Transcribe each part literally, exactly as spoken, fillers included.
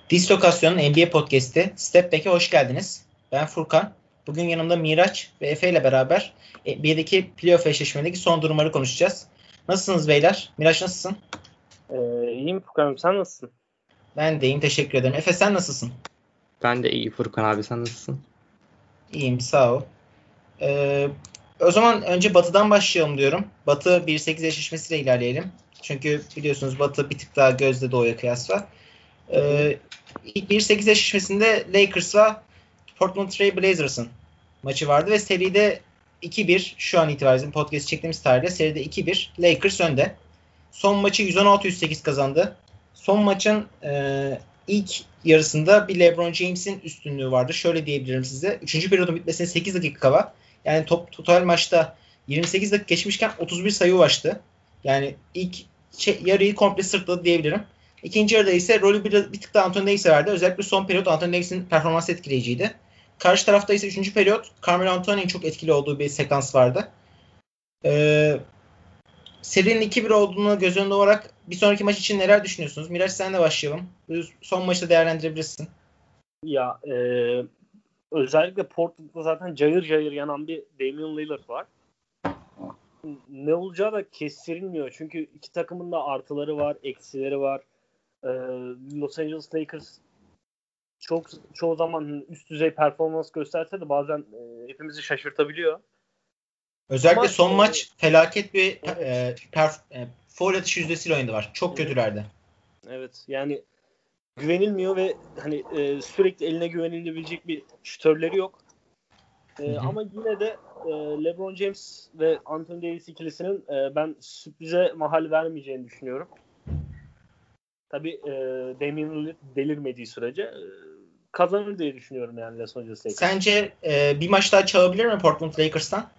Dislokasyon'un N B A Podcast'i Step Back'e hoş geldiniz. Ben Furkan. Bugün yanımda Miraç ve Efe ile beraber N B A'deki playoff eşleşmedeki son durumları konuşacağız. Nasılsınız beyler? Miraç nasılsın? Ee, iyiyim Furkan'ım, sen nasılsın? Ben de iyiyim, teşekkür ederim. Efe sen nasılsın? Ben de iyi Furkan abi, sen nasılsın? İyiyim, sağ ol. Ee, o zaman önce Batı'dan başlayalım diyorum. Batı bir sekiz eşleşmesiyle ilerleyelim. Çünkü biliyorsunuz Batı bir tık daha gözde Doğu'ya kıyasla. Ee, ilk bir sekiz eşleşmesinde Lakers'la Portland Trail Blazers'ın maçı vardı ve seride iki bir şu an itibariyle podcast çektiğimiz tarihte seride iki bir Lakers önde. Son maçı yüz on altı yüz sekiz kazandı. Son maçın e, ilk yarısında bir LeBron James'in üstünlüğü vardı. Şöyle diyebilirim size. Üçüncü periyodun bitmesine sekiz dakika kala. Yani top, total maçta yirmi sekiz dakika geçmişken otuz bir sayı ulaştı. Yani ilk şey, yarıyı komple sırtladı diyebilirim. İkinci yarıda ise rolü bir, bir tık da Anthony Davis'e verdi. Özellikle son periyot Anthony Davis'in performansı etkileyiciydi. Karşı tarafta ise üçüncü periyot Carmelo Anthony'nin çok etkili olduğu bir sekans vardı. Ee, serinin iki bir olduğunu göz önünde olarak bir sonraki maç için neler düşünüyorsunuz? Miraç senle başlayalım. Son maçta değerlendirebilirsin. Ya e, özellikle Portland'da zaten cayır cayır yanan bir Damian Lillard var. Ne olacağı da kestirilmiyor. Çünkü iki takımın da artıları var, eksileri var. Ee, Los Angeles Lakers çok çoğu zaman üst düzey performans gösterse de bazen e, hepimizi şaşırtabiliyor. Özellikle Ama, son e, maç felaket bir evet. e, perf, e, foul atış yüzdesiyle oynadı var. Çok Evet. kötülerdi. Evet, yani güvenilmiyor ve hani e, sürekli eline güvenilebilecek bir şütörleri yok. E, ama yine de e, LeBron James ve Anthony Davis ikilisinin e, ben sürprize mahal vermeyeceğini düşünüyorum. Tabii e, Damian Lillard delirmediği sürece e, kazanır diye düşünüyorum yani Los Angeles Lakers. Sence e, bir maç daha çalabilir mi Portland Lakers'tan?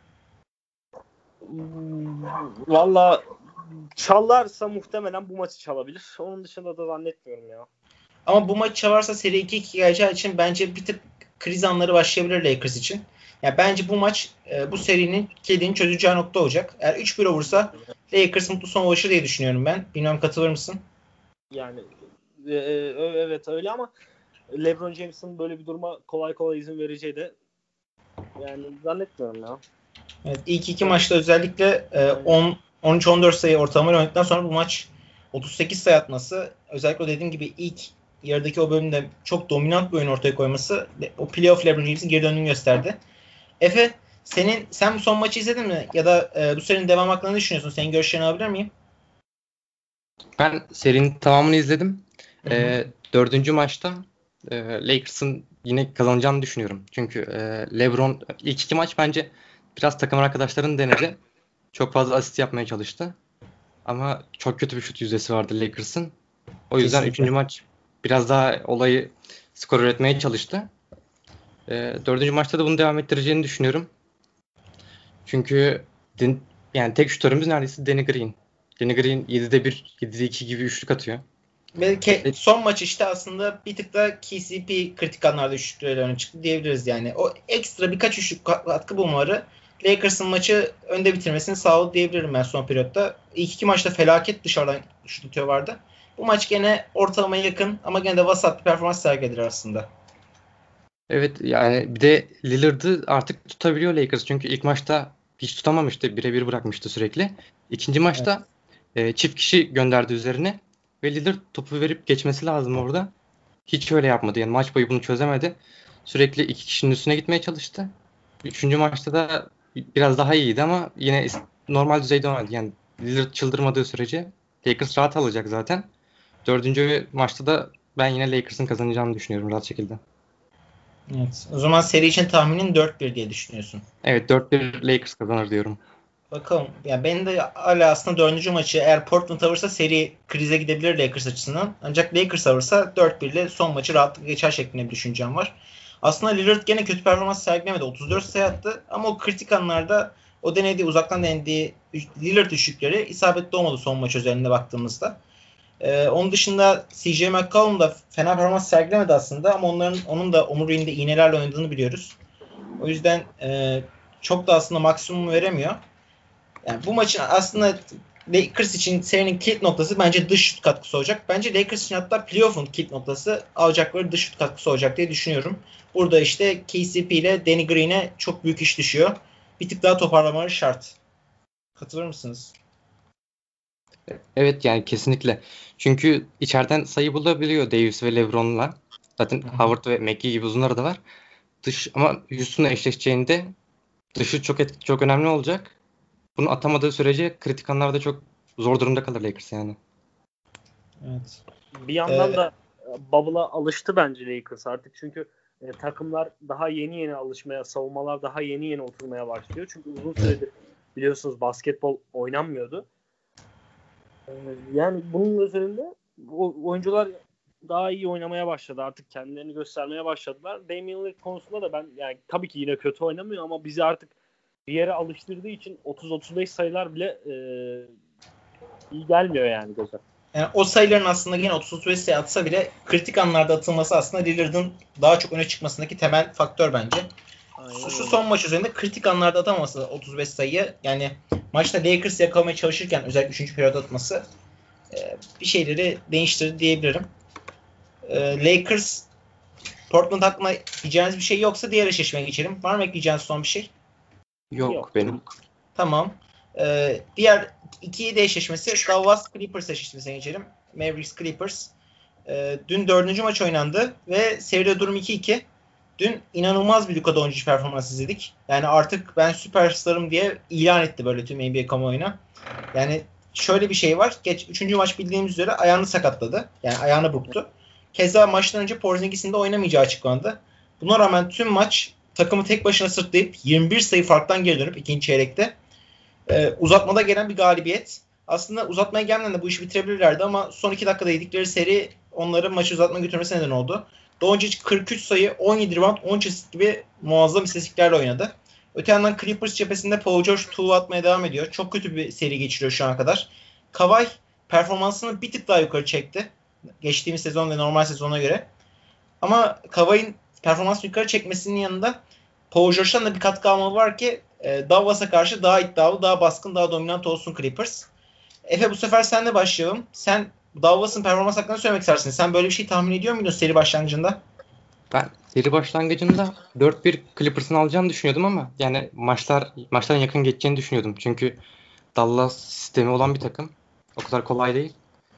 Hmm, Valla çalarsa muhtemelen bu maçı çalabilir. Onun dışında da zannetmiyorum ya. Ama bu maç çalarsa seri iki iki geleceği için bence bir tık kriz anları başlayabilir Lakers için. Yani bence bu maç e, bu serinin kilidini çözeceği nokta olacak. Eğer üç bir olursa Lakers mutlu son ulaşır diye düşünüyorum ben. Bilmem katılır mısın? Yani e, e, evet öyle ama LeBron James'in böyle bir duruma kolay kolay izin vereceği de yani zannetmiyorum ya. Evet, ilk iki maçta özellikle e, on on üç on dört sayı ortalamayla oynadıktan sonra bu maç otuz sekiz sayı atması, özellikle dediğim gibi ilk yarıdaki o bölümde çok dominant bir oyun ortaya koyması o playoff LeBron James'in geri döndüğünü gösterdi. Efe, senin sen bu son maçı izledin mi? Ya da e, bu serinin devam hakkında ne düşünüyorsun? Senin görüşlerini alabilir miyim? Ben serinin tamamını izledim. E, dördüncü maçta e, Lakers'ın yine kazanacağını düşünüyorum. Çünkü e, LeBron ilk iki maç bence biraz takım arkadaşlarını denedi. Çok fazla asist yapmaya çalıştı. Ama çok kötü bir şut yüzdesi vardı Lakers'ın. O yüzden Kesinlikle. üçüncü maç biraz daha olayı skor üretmeye çalıştı. E, dördüncü maçta da bunu devam ettireceğini düşünüyorum. Çünkü din, yani tek şutörümüz neredeyse Danny Green. Danny Green yedide bir, yedide iki gibi üçlük atıyor. Ve ke- son maç işte aslında bir tık da K C P kritik anlarda üçlüklerle öne çıktı diyebiliriz yani. O ekstra birkaç üçlük katkı bulmaları Lakers'ın maçı önde bitirmesini sağladı diyebilirim ben son periyotta. İlk iki maçta felaket dışarıdan şut atıyor vardı. Bu maç gene ortalamaya yakın ama gene de vasat bir performans sergilediler aslında. Evet, yani bir de Lillard'ı artık tutabiliyor Lakers. Çünkü ilk maçta hiç tutamamıştı. Birebir bırakmıştı sürekli. İkinci maçta evet. e, çift kişi gönderdi üzerine. Ve Lillard topu verip geçmesi lazım orada. Hiç öyle yapmadı. Yani maç boyu bunu çözemedi. Sürekli iki kişinin üstüne gitmeye çalıştı. Üçüncü maçta da biraz daha iyiydi ama yine normal düzeyde oynadı. Yani Lillard çıldırmadığı sürece Lakers rahat alacak zaten. Dördüncü maçta da ben yine Lakers'ın kazanacağını düşünüyorum rahat şekilde. Evet. O zaman seri için tahminin dört bir diye düşünüyorsun. Evet, dört bir Lakers kazanır diyorum. Bakalım. Yani benim de hala aslında dördüncü maçı eğer Portland alırsa seri krize gidebilir Lakers açısından. Ancak Lakers alırsa dört bir ile son maçı rahatlıkla geçer şeklinde bir düşüncem var. Aslında Lillard gene kötü performans sergilemedi. otuz dört sayı attı ama o kritik anlarda o denediği, uzaktan denediği Lillard üçlükleri isabetli olmadı son maç özelinde baktığımızda. Ee, onun dışında C J McCollum da fena performans sergilemedi aslında ama onların onun da omuriliğinde iğnelerle oynadığını biliyoruz. O yüzden e, çok da aslında maksimum veremiyor. Yani bu maçın aslında Lakers için serinin kilit noktası bence dış şut katkısı olacak. Bence Lakers için hatta playoff'un kilit noktası alacakları dış şut katkısı olacak diye düşünüyorum. Burada işte K C P ile Danny Green'e çok büyük iş düşüyor. Bir tık daha toparlamaları şart. Katılır mısınız? Evet yani kesinlikle. Çünkü içeriden sayı bulabiliyor Davis ve LeBron'la. Zaten Hı-hı. Howard ve McGee gibi uzunları da var. Dış ama Houston'la eşleşeceğinde dışı çok et, çok önemli olacak. Bunu atamadığı sürece kritik anlarda çok zor durumda kalır Lakers yani. Evet. Bir yandan Ee, da bubble'a alıştı bence Lakers artık. Çünkü e, takımlar daha yeni yeni alışmaya, savunmalar daha yeni yeni oturmaya başlıyor. Çünkü uzun süredir biliyorsunuz basketbol oynanmıyordu. E, yani bunun üzerinde o, oyuncular daha iyi oynamaya başladı. Artık kendilerini göstermeye başladılar. Damian Lillard konusunda da ben yani tabii ki yine kötü oynamıyor ama bizi artık bir yere alıştırdığı için otuz otuz beş sayılar bile e, iyi gelmiyor yani göze. Yani o sayıların aslında yine otuz otuz beş sayı atsa bile kritik anlarda atılması aslında Lillard'ın daha çok öne çıkmasındaki temel faktör bence. Şu, şu son maç üzerinde kritik anlarda atamaması otuz beş sayıyı, yani maçta Lakers yakalamaya çalışırken özellikle üçüncü periyoda atması e, bir şeyleri değiştirdi diyebilirim. E, Lakers Portland hakkında diyeceğiniz bir şey yoksa diğer eşleşmeye geçelim. Var mı ekleyeceğiniz son bir şey? Yok, Yok. benim. Tamam. Ee, diğer iki de eşleşmesi Dallas Clippers eşleşmesine geçelim. Mavericks Clippers. Ee, dün dördüncü maç oynandı ve seride durum iki iki. Dün inanılmaz bir Luka Doncic performans izledik. Yani artık ben süperstarım diye ilan etti böyle tüm N B A kamuoyuna. Yani şöyle bir şey var. Geç üçüncü maç bildiğimiz üzere ayağını sakatladı. Yani ayağını burktu. Keza maçtan önce Porzingis'in de oynamayacağı açıklandı. Buna rağmen tüm maç takımı tek başına sırtlayıp yirmi bir sayı farktan geri dönüp ikinci çeyrekte Ee, uzatmada gelen bir galibiyet. Aslında uzatmaya gelmeden de bu işi bitirebilirlerdi ama son iki dakikada yedikleri seri onları maçı uzatmaya götürmesine neden oldu. Doncic kırk üç sayı, on yedi rebound, on üç asist gibi muazzam istatistiklerle oynadı. Öte yandan Clippers cephesinde Paul George tuğla atmaya devam ediyor. Çok kötü bir seri geçiriyor şu ana kadar. Kawhi performansını bir tık daha yukarı çekti. Geçtiğimiz sezon ve normal sezona göre. Ama Kawhi'nin performansını yukarı çekmesinin yanında Paul George'dan da bir katkı almalı var ki e, Dallas'a karşı daha iddialı, daha baskın, daha dominant olsun Clippers. Efe, bu sefer senle başlayalım. Sen Dallas'ın performans hakkında söylemek istersin. Sen böyle bir şey tahmin ediyor muydun seri başlangıcında? Ben seri başlangıcında dört bir Clippers'ın alacağını düşünüyordum ama yani maçlar maçların yakın geçeceğini düşünüyordum. Çünkü Dallas sistemi olan bir takım. O kadar kolay değil.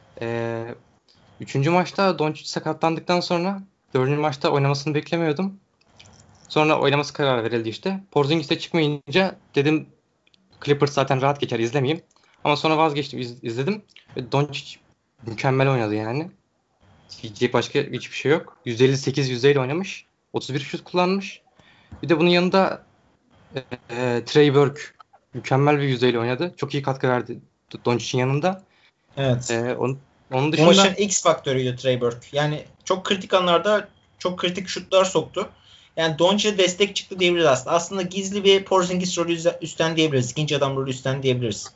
Ee, üçüncü maçta Doncic sakatlandıktan sonra dördüncü maçta oynamasını beklemiyordum. Sonra oynaması kararı verildi işte. Porzingis de çıkmayınca dedim Clippers zaten rahat geçer, izlemeyeyim. Ama sonra vazgeçtim, iz, izledim. Ve Doncic mükemmel oynadı yani. Diyecek başka hiçbir şey yok. yüz elli sekiz yüzdeyle oynamış. otuz bir şut kullanmış. Bir de bunun yanında e, e, Trey Burke mükemmel bir yüzdeyle oynadı. Çok iyi katkı verdi Doncic'in yanında. Evet. E, onun, onun Bu maçın dışında X faktörüydü Trey Burke. Yani çok kritik anlarda çok kritik şutlar soktu. Yani Doncic'e destek çıktı diyebiliriz aslında. Aslında gizli bir Porzingis rolü üstten diyebiliriz. İkinci adam rolü üstten diyebiliriz.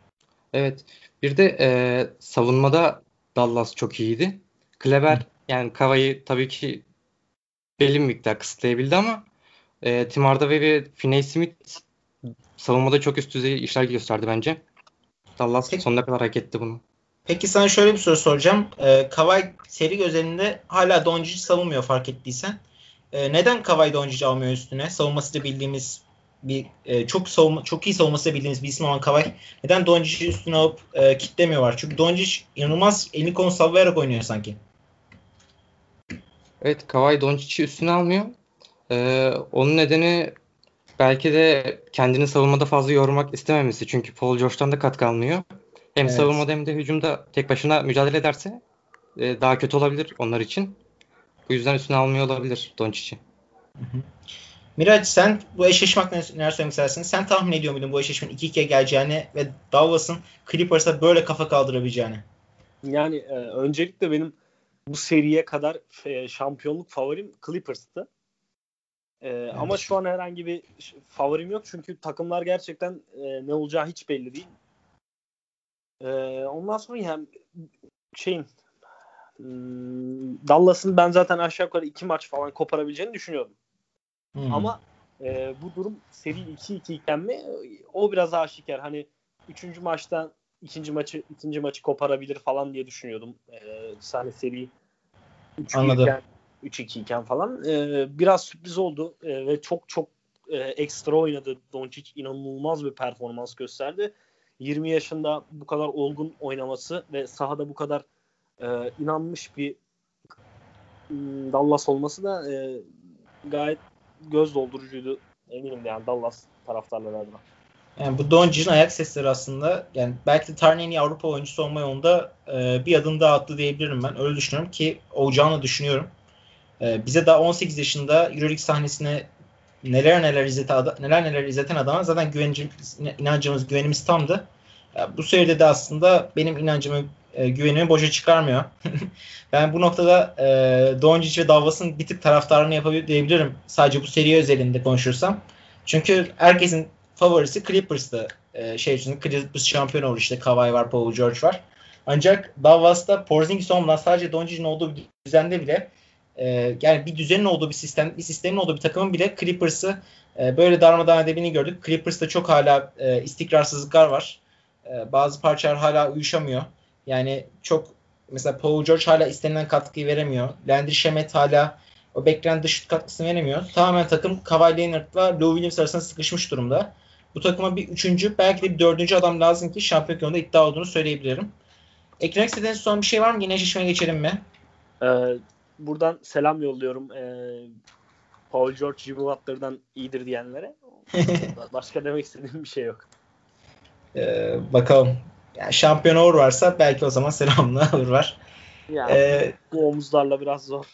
evet. Bir de e, savunmada Dallas çok iyiydi. Kleber yani Kavai'yi tabii ki belli bir miktar kısıtlayabildi ama e, Tim Hardaway ve Finney-Smith savunmada çok üst düzey işler gösterdi bence. Dallas Peki, sonuna kadar hak etti bunu. peki sana şöyle bir soru soracağım. Ee, Kawhi seri özelinde hala Doncic'i savunmuyor fark ettiysen. Ee, neden Kawhi Doncic'i almıyor üstüne? Savunması da bildiğimiz bir e, çok savunma, çok iyi savunması da bildiğimiz bir isim olan Kawhi neden Doncic'i üstüne alıp e, kitlemiyorlar? Çünkü Doncic inanılmaz elini kolunu sallayarak oynuyor sanki. Evet, Kawhi Doncic'i üstüne almıyor. Ee, onun nedeni belki de kendini savunmada fazla yormak istememesi. Çünkü Paul George'tan da katkı almıyor. Hem Evet. savunmada hem de hücumda tek başına mücadele ederse e, daha kötü olabilir onlar için. Bu yüzden üstüne almıyor olabilir Doncic'i. Miraç, sen bu eşleşme hakkında neler söylemek istersin? Sen tahmin ediyor muydun bu eşleşmenin iki ikiye geleceğini ve Dallas'ın Clippers'a böyle kafa kaldırabileceğini? Yani e, öncelikle benim bu seriye kadar e, şampiyonluk favorim Clippers'tı. E, evet. Ama şu an herhangi bir favorim yok çünkü takımlar gerçekten e, ne olacağı hiç belli değil. E, ondan sonra yani şeyin hmm, Dallas'ın ben zaten aşağı yukarı iki maç falan koparabileceğini düşünüyordum. Hmm. Ama e, bu durum seri iki iki iken mi o biraz aşikar. Hani üçüncü maçta ikinci maçı ikinci maçı koparabilir falan diye düşünüyordum. Ee, sahne seri üç iki iken üç iki iken falan. Ee, biraz sürpriz oldu ee, ve çok çok e, ekstra oynadı. Doncic inanılmaz bir performans gösterdi. yirmi yaşında bu kadar olgun oynaması ve sahada bu kadar e, inanmış bir m, Dallas olması da e, gayet göz doldurucuydu. Eminim yani Dallas taraftarları adına. Yani bu Doncic'in ayak sesleri aslında yani belki de tarihin en iyi Avrupa oyuncusu olma yolunda e, bir adım daha attı diyebilirim ben. Öyle düşünüyorum ki olacağını düşünüyorum. E, bize daha on sekiz yaşında EuroLeague sahnesine neler neler izleten neler neler izleten adama zaten güvencimiz, inancımız, güvenimiz tamdı. Ya, bu seride de aslında benim inancımı, e, güvenimi boşa çıkarmıyor. Ben bu noktada e, Doncic ve Dallas'ın bir tık taraftarını yapabilir diyebilirim. Sadece bu seri özelinde konuşursam. Çünkü herkesin favorisi Clippers'tı. E, şey için Clippers şampiyon olur işte. Kawhi var, Paul George var. Ancak Dallas'ta Porzingis olmadan sadece Doncic'in olduğu bir düzende bile e, yani bir düzenin olduğu bir sistem, bir sistemin olduğu bir takımın bile Clippers'ı e, böyle darmadağın edebildiğini gördük. Clippers'ta çok hala e, istikrarsızlıklar var. E, bazı parçalar hala uyuşamıyor. Yani çok mesela Paul George hala istenilen katkıyı veremiyor. Landry Shamet hala o beklenen dış şut katkısını veremiyor. Tamamen takım Kawhi Leonard'la Lou Williams arasında sıkışmış durumda. Bu takıma bir üçüncü belki de bir dördüncü adam lazım ki şampiyon yolunda iddia olduğunu söyleyebilirim. Eklemek istediğiniz son bir şey var mı? Yine eşleşmeye geçelim mi? Ee, buradan selam yolluyorum. Ee, Paul George Jimmy Butler'dan iyidir diyenlere. Başka demek istediğim bir şey yok. Ee, bakalım. Yani şampiyon Uğur varsa belki o zaman selamlı Uğur var. Yani Ee, bu omuzlarla biraz zor.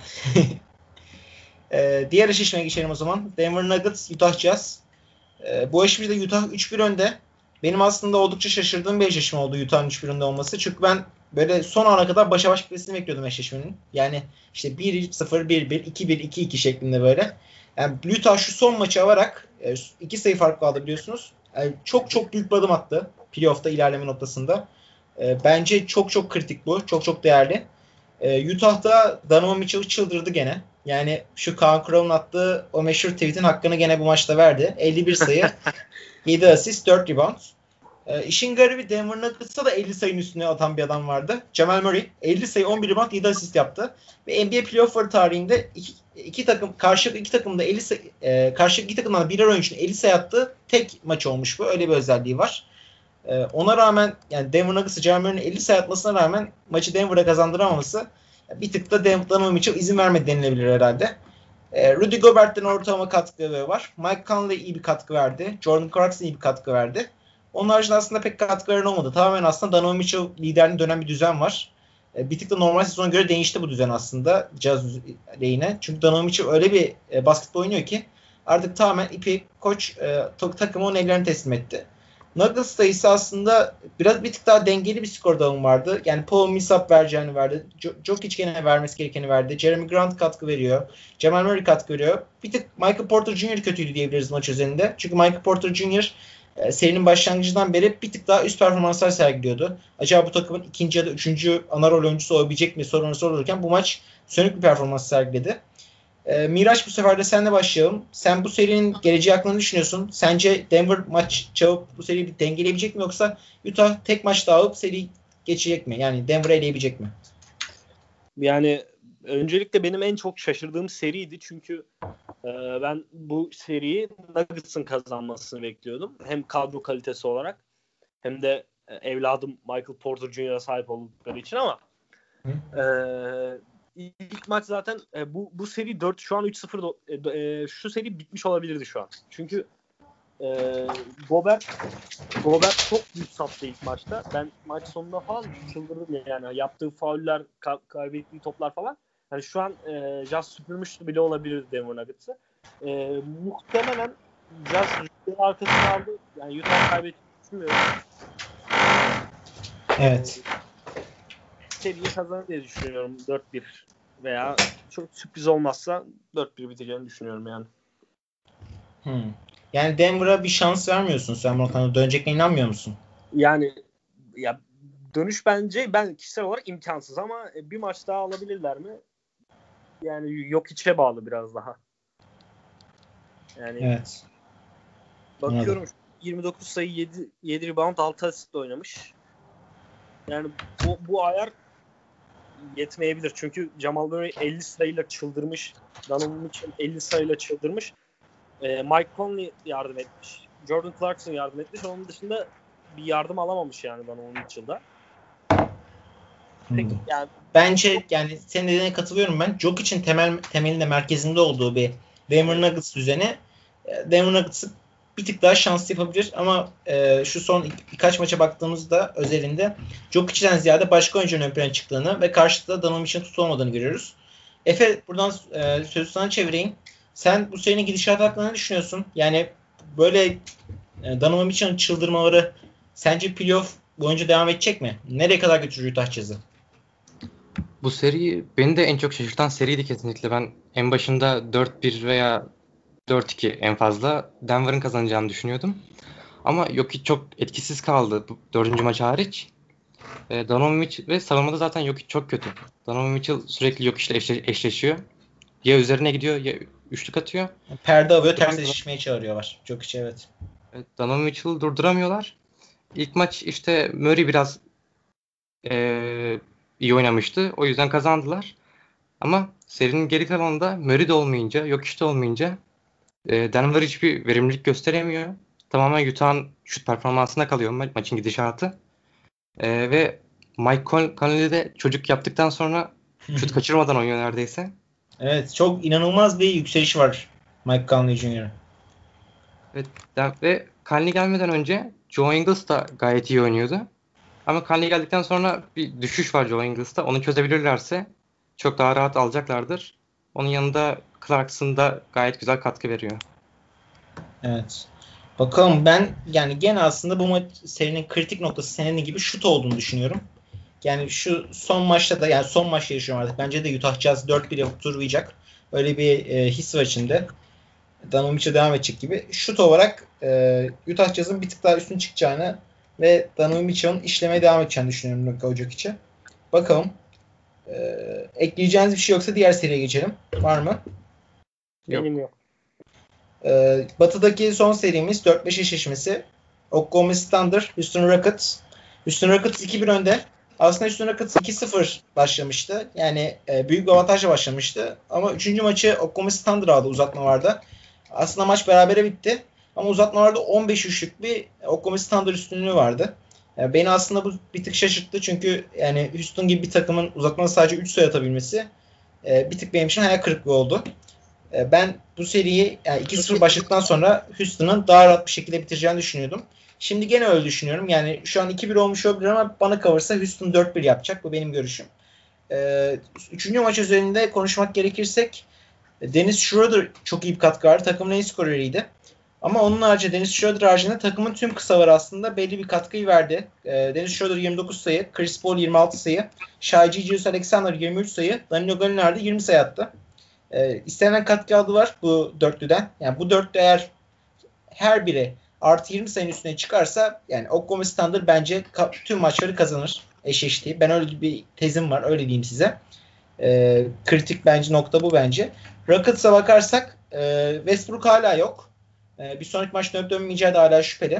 ee, diğer eşleşmeye geçelim o zaman. Denver Nuggets, Utah Jazz. Ee, bu eşleşmede Utah üç bir önde. Benim aslında oldukça şaşırdığım bir eşleşme oldu Utah'ın üç bir önde olması. Çünkü ben böyle son ana kadar başa baş bitmesini bekliyordum eşleşmenin. Yani işte bir sıfır, bir bir, iki bir, iki iki şeklinde böyle. Yani Utah şu son maçı alarak iki sayı fark kaldı biliyorsunuz. Yani çok çok büyük bir adım attı playoff'ta ilerleme noktasında. E, bence çok çok kritik bu. Çok çok değerli. E, Utah'da Donovan Mitchell çıldırdı gene. Yani şu Kaan Kural'ın attığı o meşhur tweet'in hakkını gene bu maçta verdi. elli bir sayı, yedi asist, dört rebound. E, işin garibi Denver Nuggets'a da elli sayının üstüne atan bir adam vardı. Jamal Murray elli sayı, on bir rebound, yedi asist yaptı. Ve N B A playoff'ları tarihinde iki, iki takım karşılıklı iki takımda elli sayı, e, karşılıklı iki takımdan birer oyuncunun elli sayı attığı tek maç olmuş bu. Öyle bir özelliği var. E, ona rağmen yani Denver Nuggets'ı Jamal Murray'nin elli sayı atmasına rağmen maçı Denver'a kazandıramaması bir tık da Donovan Mitchell izin vermedi denilebilir herhalde. E, Rudy Gobert'ten ortalama katkıları var. Mike Conley iyi bir katkı verdi. Jordan Clarkson iyi bir katkı verdi. Onun haricinde aslında pek katkıların olmadı. Tamamen aslında Donovan Mitchell liderliğine dönen bir düzen var. E, bir tık da normal sezona göre değişti bu düzen aslında. Jazz lehine. Çünkü Donovan Mitchell öyle bir e, basketbol oynuyor ki artık tamamen ipi koç e, takımı onun ellerine teslim etti. Nuggets'ta ise aslında biraz bir tık daha dengeli bir skor dağılımı vardı. Yani Paul Millsap vereceğini verdi. Jokic gene vermesi gerekeni verdi. Jeremy Grant katkı veriyor. Jamal Murray katkı veriyor. Bir tık Michael Porter Junior kötüydü diyebiliriz maç üzerinde. Çünkü Michael Porter Junior e, serinin başlangıcından beri bir tık daha üst performanslar sergiliyordu. Acaba bu takımın ikinci ya da üçüncü ana rol oyuncusu olabilecek mi sorunu sorulurken bu maç sönük bir performans sergiledi. E, Miraç bu sefer de senle başlayalım. Sen bu serinin geleceği hakkında ne düşünüyorsun? Sence Denver maç çabuk bu seriyi bir dengeleyebilecek mi yoksa Utah tek maç daha alıp seri geçecek mi? Yani Denver'ı eleyebilecek mi? Yani öncelikle benim en çok şaşırdığım seriydi çünkü e, ben bu seriyi Nuggets'ın kazanmasını bekliyordum. Hem kadro kalitesi olarak hem de e, evladım Michael Porter Junior'a sahip oldukları için ama e, ilk maç zaten e, bu bu seri dört şu an üç sıfır e, e, şu seri bitmiş olabilirdi şu an. Çünkü e, Gobert Gobert çok büyük sattı ilk maçta. Ben maç sonunda falan çıldırdım yani. Yaptığı fauller, ka- kaybettiği toplar falan. Yani şu an e, Jazz süpürmüş bile olabilir Denver Nuggets'ı. E, muhtemelen Jazz rüzgarın arkasını aldı. Yani Utah kaybettiğini düşünmüyorum. Evet. Seriyi kazanır diye düşünüyorum dört bir veya çok sürpriz olmazsa dört bir biteceğini düşünüyorum yani. Hmm. Yani Denver'a bir şans vermiyorsun sen bu noktada. Dönecekine inanmıyor musun? Yani ya dönüş bence ben kişisel olarak imkansız ama bir maç daha alabilirler mi? Yani yok içe bağlı biraz daha. Yani Evet. bakıyorum Anladım. yirmi dokuz sayı yedi, yedi rebound altı asistle oynamış. Yani bu, bu ayar yetmeyebilir. Çünkü Jamal Murray elli sayıyla çıldırmış. Donovan Mitchell elli sayıyla çıldırmış. Ee, Mike Conley yardım etmiş. Jordan Clarkson yardım etmiş. Onun dışında bir yardım alamamış yani Donovan Mitchell'da. Peki, yani bence yani senin dediğine katılıyorum ben. Jokic'in temel temelinde merkezinde olduğu bir Denver Nuggets düzeni Denver Nuggets'ı bir tık daha şanslı yapabilir ama e, şu son birkaç maça baktığımızda özelinde Jokic'den ziyade başka oyuncunun ön plana çıktığını ve karşıda Donovan Mitchell'in tutulamadığını görüyoruz. Efe, buradan e, sözü sana çevireyim. Sen bu serinin gidişatı hakkında ne düşünüyorsun? Yani böyle e, Donovan Mitchell'in çıldırmaları sence playoff boyunca devam edecek mi? Nereye kadar götürür Utah Jazz'ı? Bu seri beni de en çok şaşırtan seriydi kesinlikle. Ben en başında dört bir veya dört iki en fazla Denver'ın kazanacağını düşünüyordum. Ama Jokic çok etkisiz kaldı bu dördüncü maç hariç. E, Donovan Mitchell ve savunmada zaten Jokic çok kötü. Donovan Mitchell sürekli Jokic'le eşle, eşleşiyor. Ya üzerine gidiyor ya üçlük atıyor. Perde alıyor, ters eşleşmeye çağırıyorlar. Jokic, evet. evet. Donovan Mitchell'ı durduramıyorlar. İlk maç işte Murray biraz e, iyi oynamıştı. O yüzden kazandılar. Ama serinin geri kalanında Murray de olmayınca, Jokic de olmayınca e, Denver hiçbir verimlilik gösteremiyor. Tamamen Utah'ın şut performansına kalıyor ma- maçın gidişatı. E, ve Mike Con- Conley de çocuk yaptıktan sonra şut kaçırmadan oynuyor neredeyse. Evet, çok inanılmaz bir yükseliş var Mike Conley Junior'ın. Evet, ve Conley gelmeden önce Joe Ingles da gayet iyi oynuyordu. Ama Conley geldikten sonra bir düşüş var Joe Ingles'ta. Onu çözebilirlerse çok daha rahat alacaklardır. Onun yanında Clarkson da gayet güzel katkı veriyor. Evet. Bakalım, ben yani gene aslında bu maç serinin kritik noktası senin gibi şut olduğunu düşünüyorum. Yani şu son maçta da, yani son maçta yaşıyorum artık. Bence de Utah Jazz dört bir yapıp turlayacak. Öyle bir e, his var içinde. Donovan Mitchell devam edecek gibi. Şut olarak e, Utah Jazz'ın bir tık daha üstün çıkacağını ve Donovan Mitchell'ın işlemeye devam edeceğini düşünüyorum Luka Jokic'e. Bakalım. E, ekleyeceğiniz bir şey yoksa diğer seriye geçelim. Var mı? Benim yok. Ee, batı'daki son serimiz dört beş eşleşmesi. Oklahoma City Thunder, Houston Rockets. Houston Rockets iki bir önde. Aslında Houston Rockets iki sıfır başlamıştı. Yani e, büyük bir avantajla başlamıştı. Ama üçüncü maçı Oklahoma City Thunder aldı uzatmalarda. Aslında maç berabere bitti. Ama uzatmalarda on beş üçlük bir Oklahoma City Thunder üstünlüğü vardı. Yani beni aslında bu bir tık şaşırttı. Çünkü yani Houston gibi bir takımın uzatmada sadece üç sayı atabilmesi e, bir tık benim için hayal kırıklığı oldu. Ben bu seriyi yani iki sıfır başladıktan sonra Houston'ın daha rahat bir şekilde bitireceğini düşünüyordum. Şimdi gene öyle düşünüyorum. Yani şu an iki bir olmuş olabilir ama bana kalırsa Houston dört bir yapacak. Bu benim görüşüm. Ee, üçüncü maç üzerinde konuşmak gerekirsek Dennis Schroeder çok iyi bir katkı vardı. Takımın en skoreriydi. Ama onun harici Dennis Schroeder haricinde takımın tüm kısaları aslında belli bir katkıyı verdi. Ee, Dennis Schroeder yirmi dokuz sayı, Chris Paul yirmi altı sayı, Shai Gilgeous-Alexander yirmi üç sayı, Danilo Gallinari de yirmi sayı attı. E, istenen katkı aldı var bu dörtlüden. Yani bu dörtlü eğer her biri artı yirmi sayının üstüne çıkarsa yani Oklahoma City Thunder bence ka- tüm maçları kazanır eşleştiği. Ben öyle bir tezim var. Öyle diyeyim size. E, kritik bence nokta bu bence. Rockets'a bakarsak e, Westbrook hala yok. E, bir sonraki maç dönüp dönmeyeceği de hala şüpheli.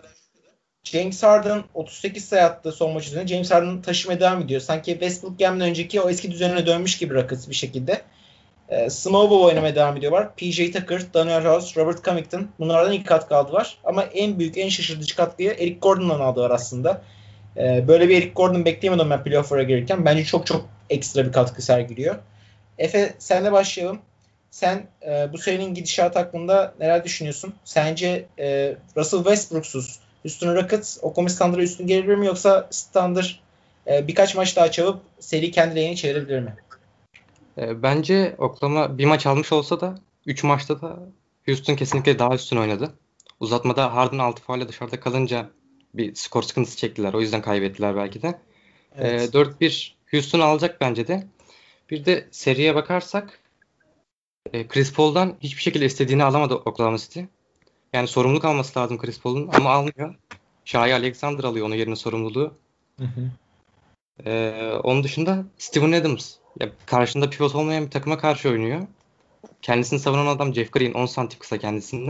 James Harden otuz sekiz sayı attı son maç üzerine. James Harden taşımaya devam ediyor. Sanki Westbrook gelmeden önceki o eski düzenine dönmüş gibi Rockets bir şekilde. E, Small Ball oynamaya devam ediyorlar. P J Tucker, Daniel House, Robert Covington. Bunlardan ilk katkı aldılar. Ama en büyük, en şaşırtıcı katkıyı Eric Gordon'dan aldılar aslında. E, böyle bir Eric Gordon bekleyemiyordum ben playoff'lara gelirken. Bence çok çok ekstra bir katkı sergiliyor. Efe, senle başlayalım. Sen e, bu serinin gidişatı hakkında neler düşünüyorsun? Sence e, Russell Westbrook'suz Houston Rockets Oklahoma City Thunder'a üstün gelebilir mi? Yoksa Thunder e, birkaç maç daha çalıp seri kendi lehine çevirebilir mi? E, bence Oklahoma bir maç almış olsa da üç maçta da Houston kesinlikle daha üstün oynadı. Uzatmada Harden altı faulle dışarıda kalınca bir skor sıkıntısı çektiler. O yüzden kaybettiler belki de. Evet. E, dört bir Houston alacak bence de. Bir de seriye bakarsak e, Chris Paul'dan hiçbir şekilde istediğini alamadı Oklahoma City. Yani sorumluluk alması lazım Chris Paul'un ama almıyor. Shai Alexander alıyor onun yerine sorumluluğu. Hı hı. Ee, onun dışında Steven Adams. Ya, karşında pivot olmayan bir takıma karşı oynuyor. Kendisini savunan adam Jeff Green on santim kısa kendisinden.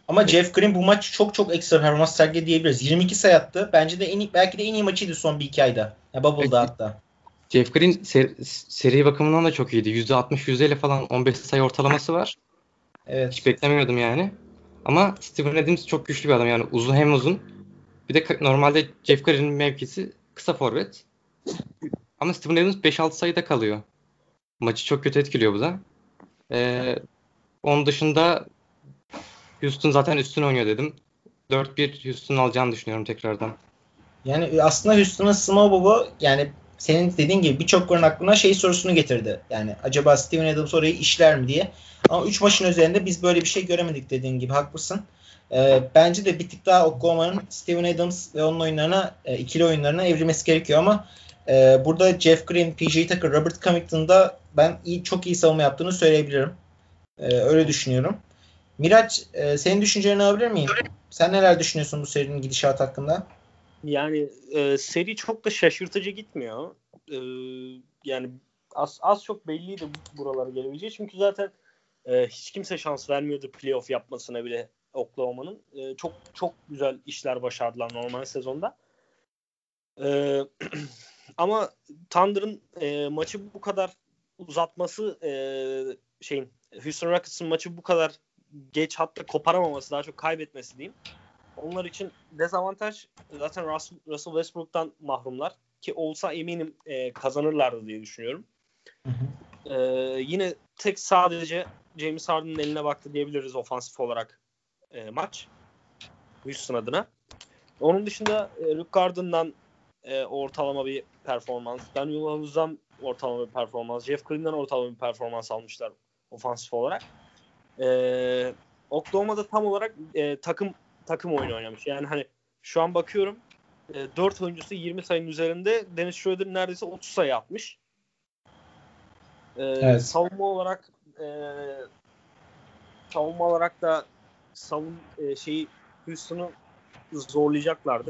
Ama Jeff Green bu maç çok çok ekstra performans sergiledi diyebiliriz. yirmi iki sayı attı. Bence de en iyi, belki de en iyi maçıydı son bir iki ayda. Ya Bubble'da Evet, hatta. Jeff Green ser- seri bakımından da çok iyiydi. yüzde altmış yüzde elli falan on beş sayı ortalaması var. Evet. Hiç beklemiyordum yani. Ama Steven Adams çok güçlü bir adam yani uzun hem uzun. Bir de ka- normalde Jeff Green'in mevkisi kısa forvet. Ama Steven Adams beş altı sayıda kalıyor. Maçı çok kötü etkiliyor bu da. Ee, onun dışında Houston zaten üstün oynuyor dedim. dört bir Houston'un alacağını düşünüyorum tekrardan. Yani aslında Houston'ın small ball'u yani senin dediğin gibi birçok konunun aklına şey sorusunu getirdi. Yani acaba Steven Adams orayı işler mi diye. Ama üç maçın üzerinde biz böyle bir şey göremedik dediğin gibi haklısın. Ee, bence de bir tık daha Oklahoma'nın Steven Adams ve onun oyunlarına e, ikili oyunlarına evrilmesi gerekiyor ama e, burada Jeff Green, P J Tucker, Robert Covington'da ben iyi, çok iyi savunma yaptığını söyleyebilirim. E, öyle düşünüyorum. Miraç, e, senin düşüncelerini alabilir miyim? Sen neler düşünüyorsun bu serinin gidişatı hakkında? Yani e, seri çok da şaşırtıcı gitmiyor. E, yani az, az çok belliydi buralara gelebileceği. Çünkü zaten e, hiç kimse şans vermiyordu playoff yapmasına bile Oklahoma'nın. E, çok çok güzel işler başardılar normal sezonda. E, ama Thunder'ın e, maçı bu kadar uzatması e, şeyin Houston Rockets'ın maçı bu kadar geç hatta koparamaması, daha çok kaybetmesi diyeyim. Onlar için dezavantaj. Zaten Russell, Russell Westbrook'tan mahrumlar. Ki olsa eminim e, kazanırlardı diye düşünüyorum. Hı hı. E, yine tek sadece James Harden'ın eline baktı diyebiliriz ofansif olarak e, maç. Houston adına. Onun dışında e, Luke Garden'dan e, ortalama bir performans. Daniel House'dan ortalama bir performans. Jeff Green'den ortalama bir performans almışlar ofansif olarak. E, Oklahoma'da tam olarak e, takım takım oyunu oynamış. Yani hani şu an bakıyorum e, dört oyuncusu yirmi sayının üzerinde. Dennis Schroeder neredeyse otuz sayı atmış. E, Evet. Savunma olarak e, savunma olarak da savun e, şeyi Houston'u zorlayacaklardır.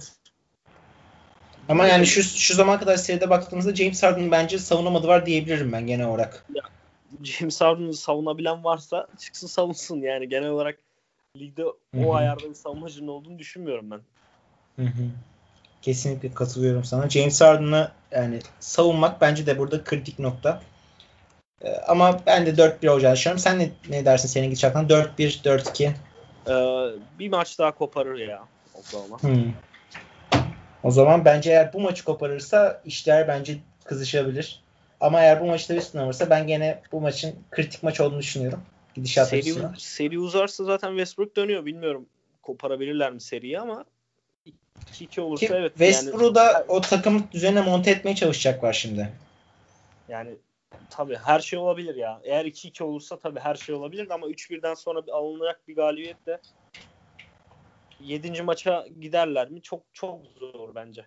Ama Bilmiyorum. yani şu şu zamana kadar seride baktığımızda James Harden'ın bence savunamadı var diyebilirim ben genel olarak. Ya, James Harden'ı savunabilen varsa çıksın savunsun yani. Genel olarak ligde Hı o hı. ayarda bir savunmacının olduğunu düşünmüyorum ben. Hı hı. Kesinlikle katılıyorum sana. James Harden'ı yani savunmak bence de burada kritik nokta. Ee, ama ben de dört bir olacağını düşünüyorum. Sen ne, ne dersin senin gidişattan? dört bir, dört iki. Ee, bir maç daha koparır ya Oklahoma. Hmm. O zaman bence eğer bu maçı koparırsa işler bence kızışabilir. Ama eğer bu maçta üstüne alırsa ben gene bu maçın kritik maç olduğunu düşünüyorum. Gidişat Seri, açısından. seri uzarsa zaten Westbrook dönüyor. Bilmiyorum koparabilirler mi seriyi ama iki iki olursa Ki evet Westbrook'u da yani o takım üzerine monte etmeye çalışacaklar şimdi. yani tabii her şey olabilir ya. Eğer iki iki olursa tabii her şey olabilir ama üç birden sonra bir alınacak bir galibiyetle yedinci maça giderler mi? Çok çok zor bence.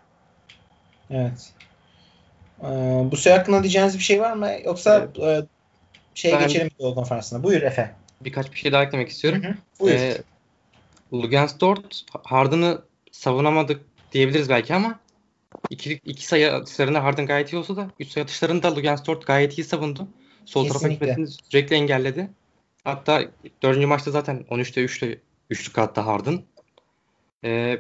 Evet. Ee, bu süre hakkında diyeceğiniz bir şey var mı? Yoksa Ee, e, şeye ben geçelim Doğu Konferansı'na. Buyur Efe. birkaç bir şey daha eklemek Hı istiyorum. hı. Buyur. Ee, Luguentz Dort Harden'ı savunamadık diyebiliriz belki ama iki, iki sayı atışlarında Harden gayet iyi olsa da üç sayı atışlarında Luguentz Dort gayet iyi savundu. Sol tarafa Kesinlikle. gitmesini sürekli engelledi. Hatta dördüncü maçta zaten on üçte üçte üçlük attı Harden. Ee,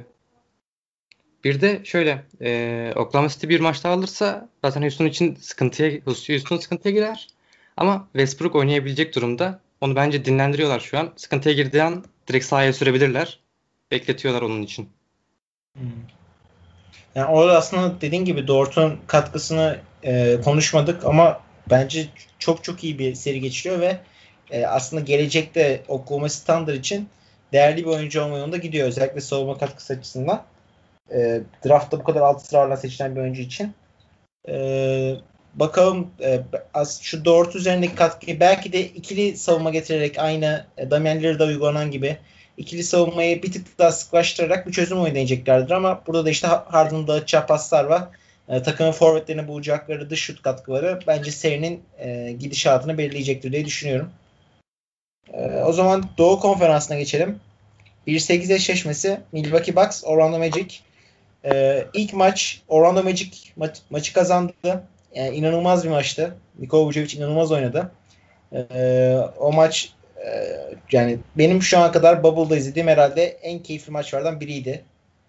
bir de şöyle e, Oklahoma City bir maç daha alırsa zaten Houston için sıkıntıya Houston sıkıntıya girer. Ama Westbrook oynayabilecek durumda. Onu bence dinlendiriyorlar şu an. Sıkıntıya girdiği an direkt sahaya sürebilirler. Bekletiyorlar onun için. Hmm. Yani orada aslında dediğin gibi Dort'un katkısını e, konuşmadık ama bence çok çok iyi bir seri geçiriyor ve e, aslında gelecekte Oklahoma City Thunder için değerli bir oyuncu olma yolunda gidiyor. Özellikle savunma katkısı açısından. E, draftta bu kadar alt sıralarla seçilen bir oyuncu için. E, bakalım e, az şu Dort üzerindeki katkıyı belki de ikili savunma getirerek aynı e, Damian Lillard'a uygulanan gibi ikili savunmayı bir tık daha sıklaştırarak bir çözüm oynayacaklardır ama burada da işte Harden'ın dağıtacağı paslar var. E, takımın forvetlerini bulacakları dış şut katkıları bence serinin e, gidişatını belirleyecektir diye düşünüyorum. E, o zaman Doğu Konferansı'na geçelim. bir sekiz eşleşmesi Milwaukee Bucks, Orlando Magic. E, ilk maç Orlando Magic ma- maçı kazandı. Yani inanılmaz bir maçtı. Nikola Vucevic inanılmaz oynadı. E, o maç Ee, yani benim şu ana kadar Bubble'da izlediğim herhalde en keyifli maçlardan biriydi.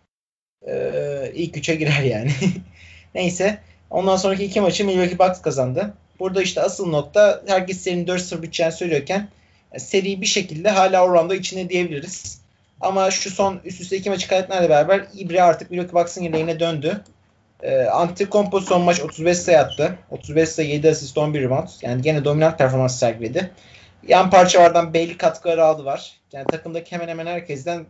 Ee, ilk üçe girer yani. Neyse. Ondan sonraki iki maçı Milwaukee Bucks kazandı. Burada işte asıl nokta, herkes serinin dört sıfır biteceğini söylüyorken seri bir şekilde hala Orlando içinde diyebiliriz. Ama şu son üst üste iki maçı kaybetmelerle beraber İbre artık Milwaukee Bucks'ın lehine döndü. Ee, Antetokounmpo son maç otuz beş sayı attı. otuz beş sayı, yedi asist, on bir rebound. Yani gene dominant performans sergiledi. Yan parçalardan belli katkıları aldı var. Yani takımdaki hemen hemen herkesten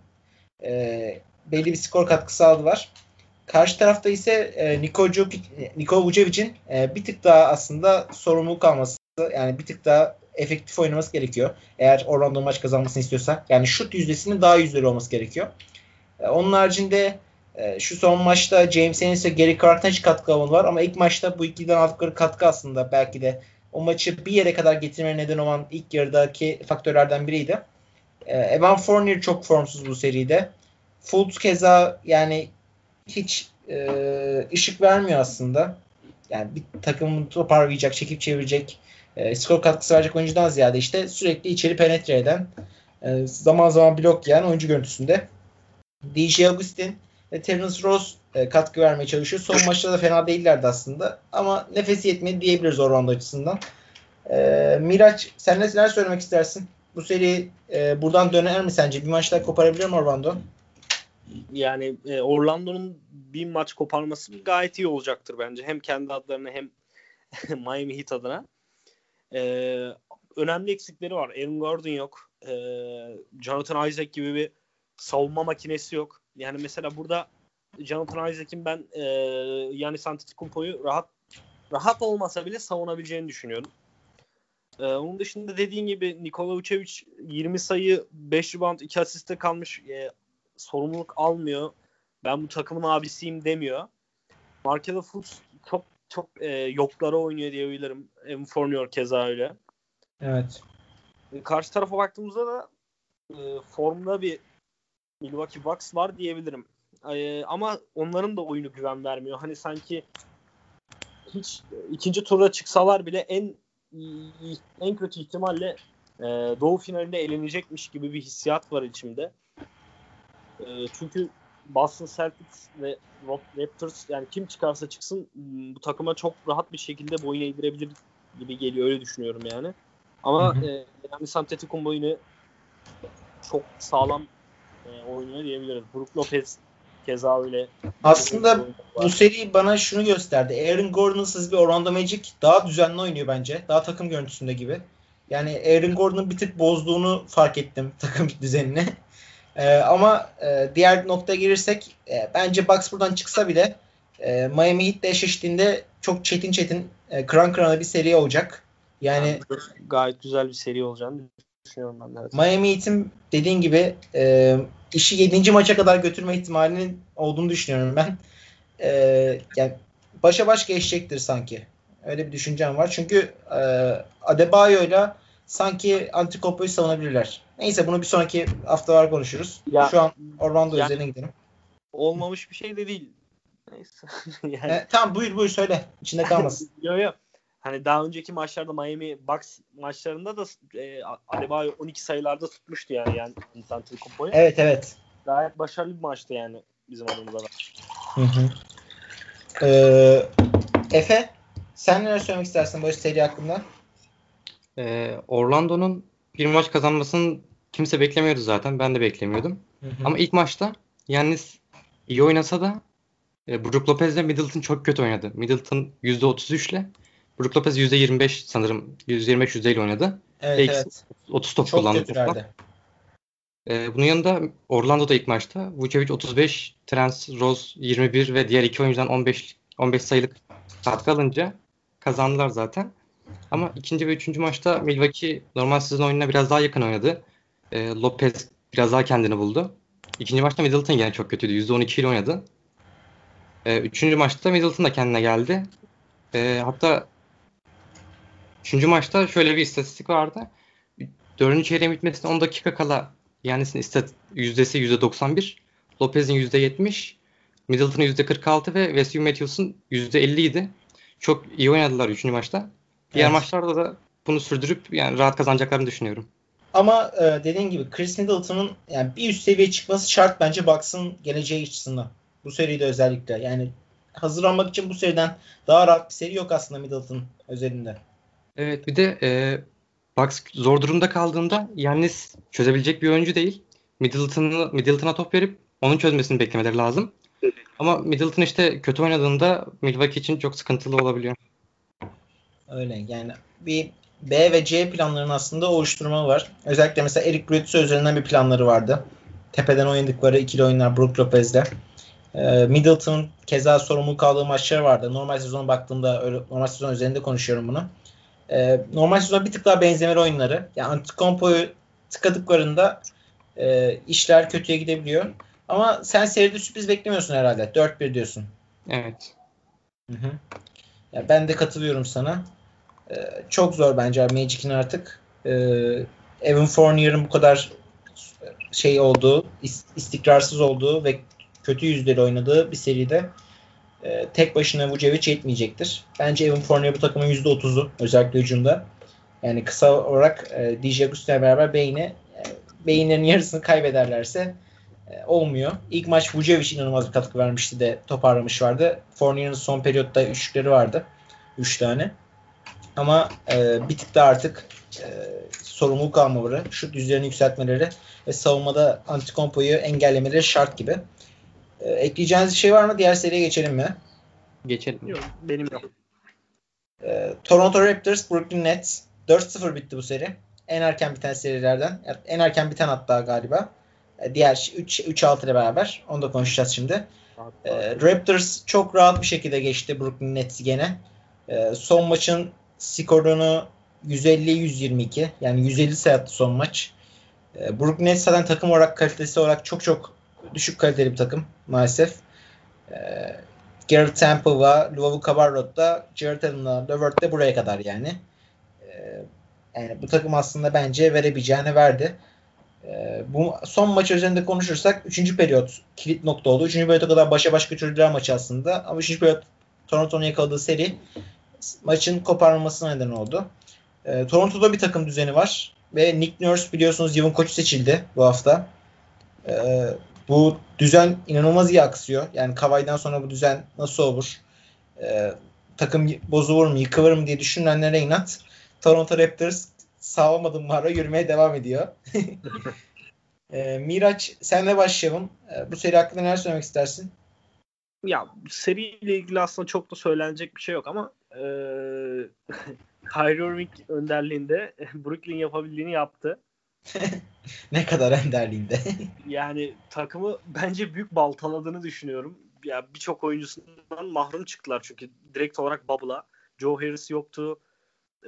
e, belli bir skor katkısı aldı var. Karşı tarafta ise e, Nikola Vucevic'in e, bir tık daha aslında sorumluluk alması, yani bir tık daha efektif oynaması gerekiyor. Eğer Orlando maç kazanmasını istiyorsa. Yani şut yüzdesinin daha yüzdeli olması gerekiyor. E, onun haricinde e, şu son maçta James Ennis ve Gary Clark'tan hiç katkı almadılar. Ama ilk maçta bu ikiliden aldıkları katkı aslında belki de o maçı bir yere kadar getirmeye neden olan ilk yarıdaki faktörlerden biriydi. E, Evan Fournier çok formsuz bu seride. Fultz keza yani hiç e, ışık vermiyor aslında. Yani bir takımı toparlayacak, çekip çevirecek, e, skor katkısı verecek oyuncudan ziyade işte sürekli içeri penetre eden, e, zaman zaman blok yiyen oyuncu görüntüsünde. D J Augustin ve Terence Ross e, katkı vermeye çalışıyor. Son maçta da fena değillerdi aslında. Ama nefesi yetmedi diyebiliriz Orlando açısından. E, Miraç, sen neler söylemek istersin? Bu seri e, buradan döner mi sence? Bir maç daha koparabilir mi Orlando? Yani e, Orlando'nun bir maç koparması gayet iyi olacaktır bence. Hem kendi adlarına hem Miami Heat adına. E, önemli eksikleri var. Aaron Gordon yok. E, Jonathan Isaac gibi bir savunma makinesi yok. Yani mesela burada Jonathan Isaac'in ben e, yani Antetokounmpo'yu rahat rahat olmasa bile savunabileceğini düşünüyorum. E, onun dışında dediğin gibi Nikola Vucevic yirmi sayı, beş rebound, iki asiste kalmış. E, sorumluluk almıyor. Ben bu takımın abisiyim demiyor. Markelle Fultz çok çok e, yoklara oynuyor diyebilirim. Evan Fournier keza öyle. Evet. E, karşı tarafa baktığımızda da e, formda bir Milwaukee Bucks var diyebilirim. E, ama onların da oyunu güven vermiyor. Hani sanki hiç ikinci turda çıksalar bile en en kötü ihtimalle e, Doğu finalinde elenecekmiş gibi bir hissiyat var içimde. E, çünkü Boston Celtics ve Raptors, yani kim çıkarsa çıksın bu takıma çok rahat bir şekilde boyun eğdirebilir gibi geliyor, öyle düşünüyorum yani. Ama e, yani Antetokounmpo yine çok sağlam e, oynuyor diyebiliriz. Brook Lopez keza öyle. Aslında bu seri bana şunu gösterdi. Aaron Gordon'sız bir Orlando Magic daha düzenli oynuyor bence. Daha takım görüntüsünde gibi. Yani Aaron Gordon'un bir tık bozduğunu fark ettim takım düzenini. Ee, ama e, diğer noktaya gelirsek e, bence Bucks buradan çıksa bile e, Miami Heat'le eşleştiğinde çok çetin çetin e, kıran kırana bir seri olacak. Yani, yani gayet güzel bir seri olacağını düşünüyorum ben de. Evet. Miami Heat'in dediğin gibi e, işi yedinci maça kadar götürme ihtimalinin olduğunu düşünüyorum ben. E, yani başa baş geçecektir sanki. Öyle bir düşüncem var. Çünkü e, Adebayo'yla sanki Antetokounmpo'yu savunabilirler. Neyse, bunu bir sonraki haftalar konuşuruz. Ya, şu an Orlando yani, üzerine gidelim. Olmamış bir şey de değil. Neyse. yani, e, tamam buyur buyur söyle. İçinde kalmasın. Yok yok. Hani daha önceki maçlarda Miami Bucks maçlarında da e, Adebayo on iki sayılarda tutmuştu yani yani Antetokounmpo'yu. Evet evet. Gayet başarılı bir maçtı yani bizim adımıza da. Hı hı. Ee, Efe, sen neler söylemek istersin bu seri hakkında? Ee, Orlando'nun bir maç kazanmasını kimse beklemiyordu zaten. Ben de beklemiyordum. Hı hı. Ama ilk maçta Giannis iyi oynasa da e, Brook Lopez ile Middleton çok kötü oynadı. Middleton yüzde otuz üç ile Brook Lopez yüzde yirmi beş sanırım. yüzde yirmi beş yüzdeyle oynadı. Evet ve evet. otuz top çok kullandı. Çok ee, bunun yanında Orlando'da ilk maçta Vucevic otuz beş, Terence Ross yirmi bir ve diğer iki oyuncudan on beş on beş sayılık katkı alınca kazandılar zaten. Ama ikinci ve üçüncü maçta Milwaukee normal sezon oyununa biraz daha yakın oynadı. E, Lopez biraz daha kendini buldu. İkinci maçta Middleton yine çok kötüydü. yüzde on iki ile oynadı. E, üçüncü maçta Middleton da kendine geldi. E, hatta üçüncü maçta şöyle bir istatistik vardı. Dördüncü çeyreğin bitmesine on dakika kala Giannis'in istat- yüzdesi yüzde doksan bir. Lopez'in yüzde yetmiş. Middleton'ın yüzde kırk altı ve Wesley Matthews'un yüzde elli idi. Çok iyi oynadılar üçüncü maçta. Diğer evet. maçlarda da bunu sürdürüp yani rahat kazanacaklarını düşünüyorum. Ama e, dediğin gibi Chris Middleton'ın yani bir üst seviye çıkması şart bence Bucks'ın geleceği açısından. Bu seride özellikle. Yani hazırlanmak için bu seriden daha rahat bir seri yok aslında Middleton özelinde. Evet, bir de e, Bucks zor durumda kaldığında Giannis çözebilecek bir oyuncu değil. Middleton'ı Middleton'a top verip onun çözmesini beklemeleri lazım. Ama Middleton işte kötü oynadığında Milwaukee için çok sıkıntılı olabiliyor. Öyle yani bir B ve C planlarının aslında oluşturma var. Özellikle mesela Eric Bledsoe üzerinden bir planları vardı. Tepeden oynadıkları ikili oyunlar Brook Lopez'le. Ee, Middleton keza sorumluluk aldığı maçlar vardı. Normal sezona baktığımda öyle, normal sezon üzerinde konuşuyorum bunu. Ee, normal sezona bir tık daha benzemeli oyunları. Yani Antetokounmpo'yu tıkadıklarında e, işler kötüye gidebiliyor. Ama sen seride sürpriz beklemiyorsun herhalde. dört bir diyorsun. Evet. Hı hı. Ya ben de katılıyorum sana. Ee, çok zor bence Magic'in artık e, Evan Fournier'ın bu kadar şey olduğu, istikrarsız olduğu ve kötü yüzdeli oynadığı bir seride e, tek başına Vucevic yetmeyecektir. Bence Evan Fournier bu takımın yüzde otuzu özellikle hücumda. Yani kısa olarak e, D J Agustin'le beraber beyni e, beyinlerin yarısını kaybederlerse e, olmuyor. İlk maç Vucevic inanılmaz bir katkı vermişti de toparlamış vardı. Fournier'in son periyotta üçlükleri vardı. üç tane. Ama e, bir tık da artık e, sorumluluk almaları, şut yüzlerini yükseltmeleri ve savunmada Antetokounmpo'yu engellemeleri şart gibi. E, ekleyeceğiniz bir şey var mı? Diğer seriye geçelim mi? Geçelim. Yok, benim yok. E, Toronto Raptors, Brooklyn Nets dört sıfır bitti bu seri. En erken biten serilerden. En erken biten hatta galiba. E, diğer üç altı ile beraber. Onu da konuşacağız şimdi. E, Raptors çok rahat bir şekilde geçti Brooklyn Nets'i gene. E, son maçın skorunu yüz elli yüz yirmi iki. Yani yüz elli sayı attı son maç. E, Brooklyn Nets zaten takım olarak kalitesi olarak çok çok düşük kaliteli bir takım maalesef. E, Garrett Temple'la Luvavu Cabarrot'ta, Jared Allen'la Levert de buraya kadar yani. E, yani bu takım aslında bence verebileceğini verdi. E, bu son maç üzerinde konuşursak üçüncü periyot kilit nokta oldu. üçüncü periyota kadar başa baş götürdüler maçı aslında. Ama üçüncü periyot Toronto'nun yakaladığı seri maçın koparılmasına neden oldu. E, Toronto'da bir takım düzeni var. Ve Nick Nurse biliyorsunuz yılın koçu seçildi bu hafta. E, bu düzen inanılmaz iyi aksıyor. Yani Kawhi'den sonra bu düzen nasıl olur? E, takım bozulur mu, yıkılır mı diye düşünenlere inat. Toronto Raptors sağlam adımlarla yürümeye devam ediyor. e, Miraç senle başlayalım. E, bu seri hakkında neler söylemek istersin? Ya seriyle ilgili aslında çok da söylenecek bir şey yok ama e, Kyrie Irving önderliğinde Brooklyn yapabildiğini yaptı. Ne kadar önderliğinde. Yani takımı bence büyük baltaladığını düşünüyorum. Ya birçok oyuncusundan mahrum çıktılar çünkü direkt olarak bubble'a. Joe Harris yoktu. E,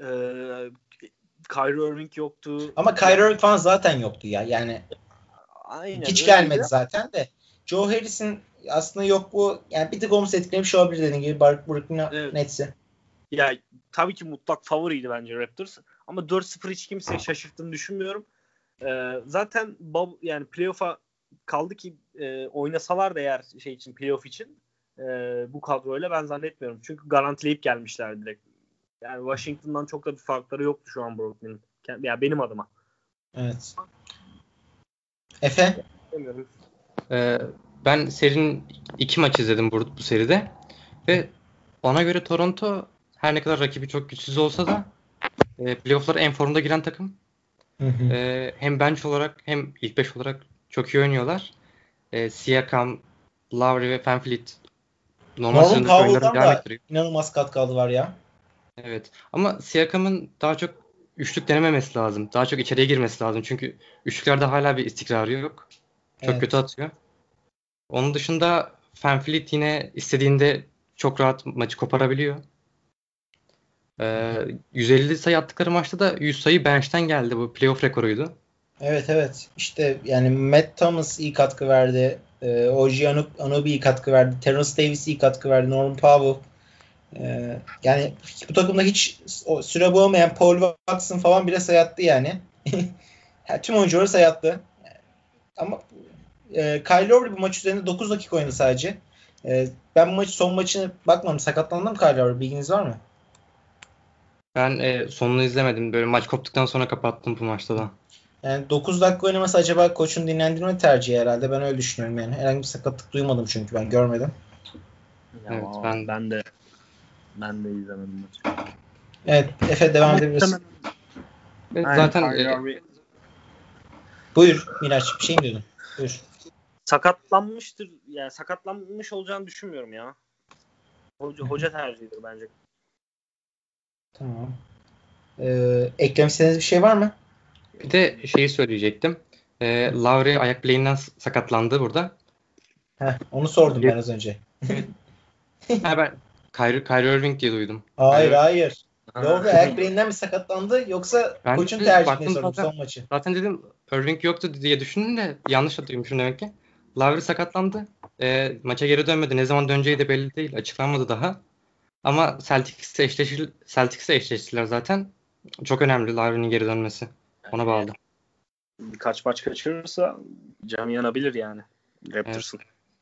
Kyrie Irving yoktu. Ama Kyrie Irving falan zaten yoktu ya. Yani Aynen, hiç öyleydi. gelmedi zaten de. Joe Harris'in aslında yok bu. Yani bir tık olması etkilemiş olabilir dediğin gibi Brooklyn evet. Nets'i. Ya tabii ki mutlak favoriydi bence Raptors. Ama dört sıfır hiç kimseyi şaşırttığını düşünmüyorum. Ee, zaten Bob, yani playoff'a kaldı ki e, oynasalar da eğer şey için playoff için e, bu kadroyla ben zannetmiyorum. Çünkü garantileyip gelmişler direkt. Yani Washington'dan çok da bir farkları yoktu şu an Brooklyn'in. Ya yani benim adıma. Evet. Efe? Ee, ben serinin iki maç izledim bu, bu seride ve bana göre Toronto her ne kadar rakibi çok güçsüz olsa da e, playoff'lara en formda giren takım. Hı hı. E, hem bench olarak hem ilk beş olarak çok iyi oynuyorlar. E, Siakam, Lowry ve VanVleet normal Norman sezondaki oyunlarını Powell'dan devam da ettiriyor. inanılmaz katkı var ya. Evet. Ama Siakam'ın daha çok üçlük denememesi lazım. Daha çok içeriye girmesi lazım. Çünkü üçlüklerde hala bir istikrarı yok. Çok Evet. kötü atıyor. Onun dışında VanVleet yine istediğinde çok rahat maçı koparabiliyor. Ee, yüz elli sayı attıkları maçta da yüz sayı bench'ten geldi. Bu playoff rekoruydu. Evet evet. İşte yani Matt Thomas iyi katkı verdi. Ee, O G Anunoby iyi katkı verdi. Terence Davis iyi katkı verdi. Norman Powell. Ee, yani bu takımda hiç o süre bulamayan Paul Watson falan bile sayattı yani. Yani tüm oyuncuları sayattı. Ama e, Kyle Lowry bu maç üzerinde dokuz dakika oynadı sadece. E, ben bu maç son maçını bakmadım. Sakatlandı mı Kyle Lowry? Bilginiz var mı? Ben e, sonunu izlemedim. Böyle maç koptuktan sonra kapattım bu maçta da. Yani dokuz dakika oynaması acaba koçun dinlendirme tercihi herhalde. Ben öyle düşünüyorum yani. Herhangi bir sakatlık duymadım çünkü ben görmedim. Ya Evet, ben ben de ben de izlemedim maçı. Evet, Efe devam Ama edebilirsin. evet, aynen, zaten Kyrie e, Irving Buyur Miraç, bir şey mi diyordun? Buyur. sakatlanmıştır. Yani sakatlanmış olacağını düşünmüyorum ya. Hoca, hoca tercihidir bence. Tamam. Ee, eklemek istediğiniz bir şey var mı? bir de şeyi söyleyecektim. E, Lowry ayak bileğinden s- sakatlandı burada. Heh, onu sordum Ge- ben az önce. Evet. Ha, ben Kyrie, Kyrie Irving diye duydum. Hayır Kyrie, hayır. Ha. Lowry ayak bileğinden mi sakatlandı yoksa ben koçun de tercih mi baktım sordum zaten. son maçı. Zaten dedim Irving yoktu diye düşündüm de yanlış da duymuşum demek ki. Lowry sakatlandı. E, maça geri dönmedi. Ne zaman döneceği de belli değil. Açıklanmadı daha. Ama Celtics'le eşleşir, Celtics'le eşleştiler zaten. Çok önemli Lowry'nin geri dönmesi. Ona bağlı. Birkaç maç kaçırırsa cam yanabilir yani. Raptors'ın.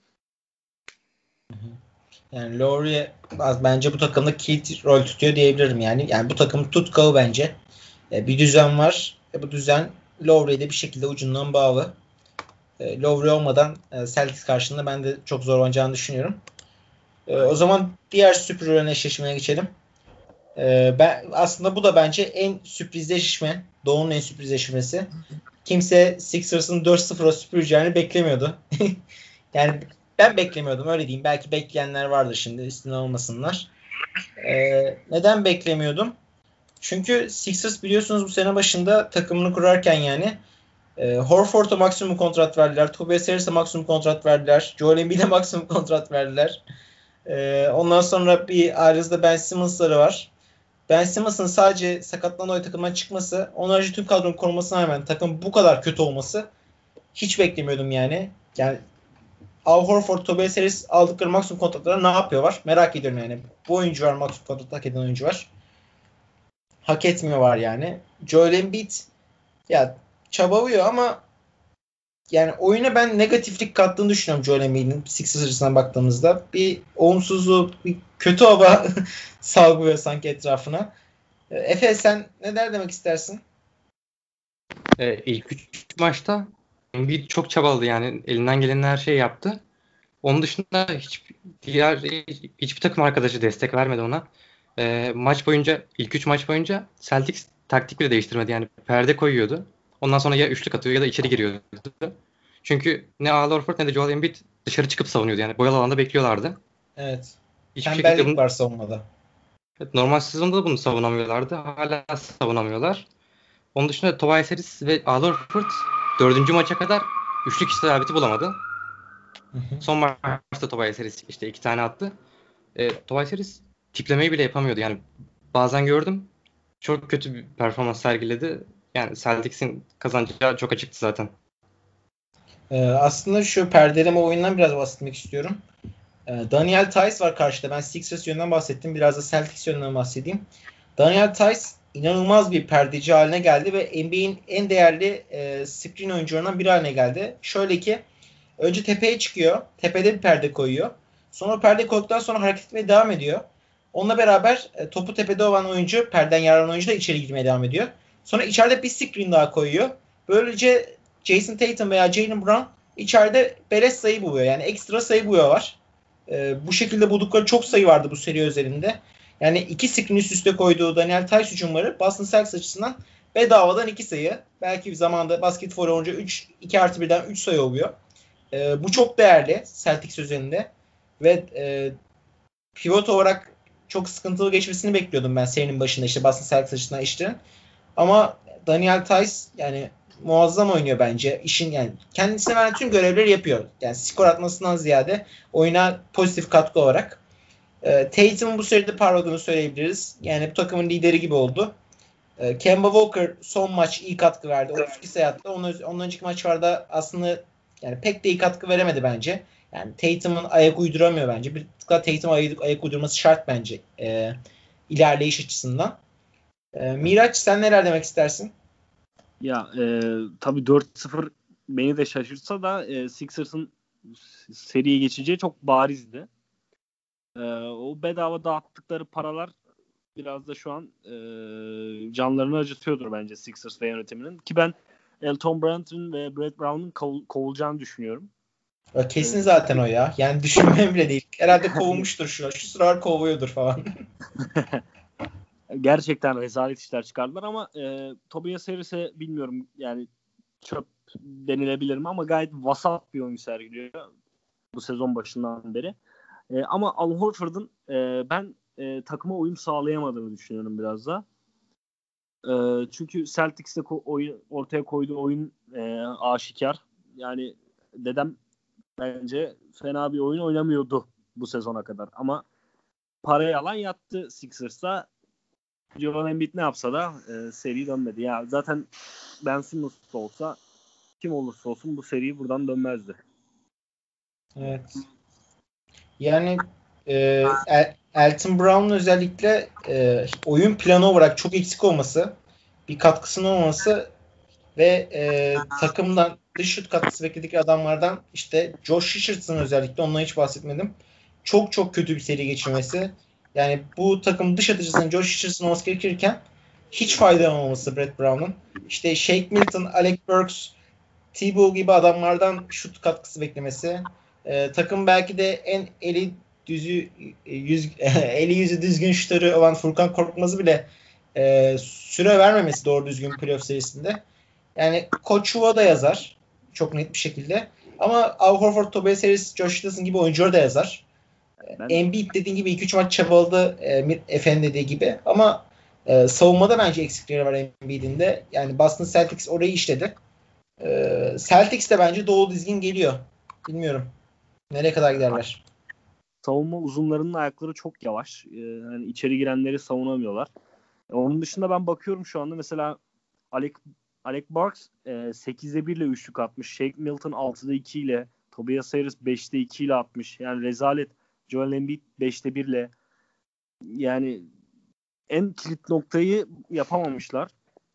Yani Lowry bence bu takımda kilit rol tutuyor diyebilirim yani. Yani bu takım tutkağı bence. E, bir düzen var. E, bu düzen Lowry'e de bir şekilde ucundan bağlı. E, Lowry olmadan e, Celtics karşısında ben de çok zor olacağını düşünüyorum. E, o zaman diğer süpürülen eşleşmeye geçelim. E, ben aslında bu da bence en sürpriz eşleşme. Doğu'nun en sürpriz eşleşmesi. Kimse Sixers'ın dört sıfıra süpüreceğini beklemiyordu. Yani ben beklemiyordum öyle diyeyim. Belki bekleyenler vardır şimdi üstüne olmasınlar. Ee, neden beklemiyordum? Çünkü Sixers biliyorsunuz bu sene başında takımını kurarken yani e, Horford'a maksimum kontrat verdiler. Tobias Harris'e maksimum kontrat verdiler. Joel Embiid'e maksimum kontrat verdiler. E, ondan sonra bir aranızda Ben Simmons'ları var. Ben Simmons'ın sadece sakatlanan o takımdan çıkması, onun harici tüm kadronun korumasına rağmen takım bu kadar kötü olması hiç beklemiyordum yani. Yani Al Horford, Tobias Harris aldıkları maksimum kontratlara ne yapıyorlar? Merak ediyorum yani. Bu oyuncu var, maksimum kontrat hak eden oyuncu var. Hak etmiyor var yani. Joel Embiid ya çabalıyor ama yani oyuna ben negatiflik kattığını düşünüyorum Joel Embiid'in Sixers açısından baktığımızda. Bir olumsuzluğu, bir kötü hava salgılıyor sanki etrafına. Efe sen ne der demek istersin? E, ilk üç maçta Embiid çok çabaladı yani elinden gelen her şeyi yaptı. Onun dışında hiç diğer hiçbir takım arkadaşı destek vermedi ona. E, maç boyunca ilk üç maç boyunca Celtics taktik bile değiştirmedi yani perde koyuyordu. Ondan sonra ya üçlük atıyor ya da içeri giriyordu. Çünkü ne Al Horford ne de Joel Embiid dışarı çıkıp savunuyordu yani boyalı alanda bekliyorlardı. Evet. Hiçbir şekilde Tembellik bunu var savunmada. normal sezonda da bunu savunamıyorlardı. Hala savunamıyorlar. Onun dışında Tobias Harris ve Al Horford dördüncü maça kadar üçlük isabeti bulamadı. Hı hı. Son maçta Tobias Harris işte iki tane attı. E, Tobias Harris tiplemeyi bile yapamıyordu. Yani bazen gördüm. Çok kötü bir performans sergiledi. Yani Celtics'in kazanacağı çok açıktı zaten. Ee, aslında şu perdeleme oyundan biraz bahsetmek istiyorum. Ee, Daniel Tice var karşıda. Ben Sixers yönünden bahsettim. Biraz da Celtics yönünden bahsedeyim. Daniel Tice inanılmaz bir perdeci haline geldi ve N B A'in en değerli e, screen oyuncularından biri haline geldi. Şöyle ki önce tepeye çıkıyor. Tepede bir perde koyuyor. Sonra perde koyduktan sonra hareket etmeye devam ediyor. Onunla beraber e, topu tepede olan oyuncu, perden yararlanan oyuncu da içeri girmeye devam ediyor. Sonra içeride bir screen daha koyuyor. Böylece Jason Tatum veya Jaylen Brown içeride beleş sayı buluyor. Yani ekstra sayı buluyorlar. E, bu şekilde buldukları çok sayı vardı bu seri özelinde. Yani iki screen üst üste koyduğu Daniel Tice hücumları Boston Celtics açısından bedavadan iki sayı. Belki bir zamanda basketbol olunca üç, iki artı birden üç sayı oluyor. E, bu çok değerli Celtics özelinde. Ve e, pivot olarak çok sıkıntılı geçmesini bekliyordum ben serinin başında işte Boston Celtics açısından işte. Ama Daniel Tice yani muazzam oynuyor bence. İşin yani kendisine veren tüm görevleri yapıyor. Yani skor atmasından ziyade oyuna pozitif katkı olarak. E, Tatum'un bu seride parladığını söyleyebiliriz. Yani bu takımın lideri gibi oldu. E, Kemba Walker son maç iyi katkı verdi. otuz iki sayı attı. Onun, onun önceki maçlarda aslında yani pek de iyi katkı veremedi bence. Yani Tatum'un ayak uyduramıyor bence. Bir tık daha Tatum ayak, ayak uydurması şart bence. E, ilerleyiş açısından. E, Miraç sen neler demek istersin? Ya e, tabii dört sıfır beni de şaşırtsa da e, Sixers'ın seriye geçeceği çok barizdi. E, o bedava dağıttıkları paralar biraz da şu an e, canlarını acıtıyordur bence Sixers ve yönetiminin. Ki ben Elton Brand'ın ve Brett Brown'un kov- kovulacağını düşünüyorum. Kesin zaten o ya. Yani düşünmem bile değil. Herhalde kovulmuştur şu. Şu sıralar kovuyordur falan. Gerçekten rezalet işler çıkardılar ama e, Tobias Harris'e bilmiyorum yani çöp denilebilir mi ama gayet vasat bir oyun sergiliyor bu sezon başından beri. E, ama Al Horford'un e, ben e, takıma uyum sağlayamadığını düşünüyorum biraz da. E, çünkü Celtics'te ko- oyun, ortaya koyduğu oyun e, aşikar. Yani dedem bence fena bir oyun oynamıyordu bu sezona kadar. Ama parayı alan yattı Sixers'ta. Joel Embiid ne yapsa da e, seri dönmedi. Ya zaten Ben Simmons da olsa kim olursa olsun bu seri buradan dönmezdi. Evet. Yani e, El- Elton Brown'un özellikle e, oyun planı olarak çok eksik olması, bir katkısının olmaması ve e, takımdan dış şut katkısı bekledikleri adamlardan işte Josh Richardson özellikle ondan hiç bahsetmedim. Çok çok kötü bir seri geçirmesi. Yani bu takım dış atıcısının Josh Richardson olması gerekirken hiç faydalanamaması Brett Brown'un. İşte Shake Milton, Alec Burks, T-Bow gibi adamlardan şut katkısı beklemesi. E, takım belki de en eli düzü yüz, eli yüzü düzgün şutörü olan Furkan Korkmaz'ı bile e, süre vermemesi doğru düzgün playoff serisinde. Yani Koç Huva da yazar. Çok net bir şekilde. Ama Al Horford, Tobias Harris, Josh Richardson gibi oyuncular da yazar. Ben... Embiid dediğin gibi iki üç maç çabaladı e, Efe'nin dediği gibi. Ama e, savunmada bence eksikleri var Embiid'in de. Yani Boston Celtics orayı işledi. E, Celtics de bence doğru dizgin geliyor. Bilmiyorum. Nereye kadar giderler? Savunma uzunlarının ayakları çok yavaş. Ee, yani içeri girenleri savunamıyorlar. Onun dışında ben bakıyorum şu anda mesela Alec, Alec Burks e, sekizde bir ile üçlük atmış. Shake Milton altıda iki ile, Tobias Harris beşte iki ile atmış. Yani rezalet. Joel Embiid beşte bir ile. Yani en kilit noktayı yapamamışlar.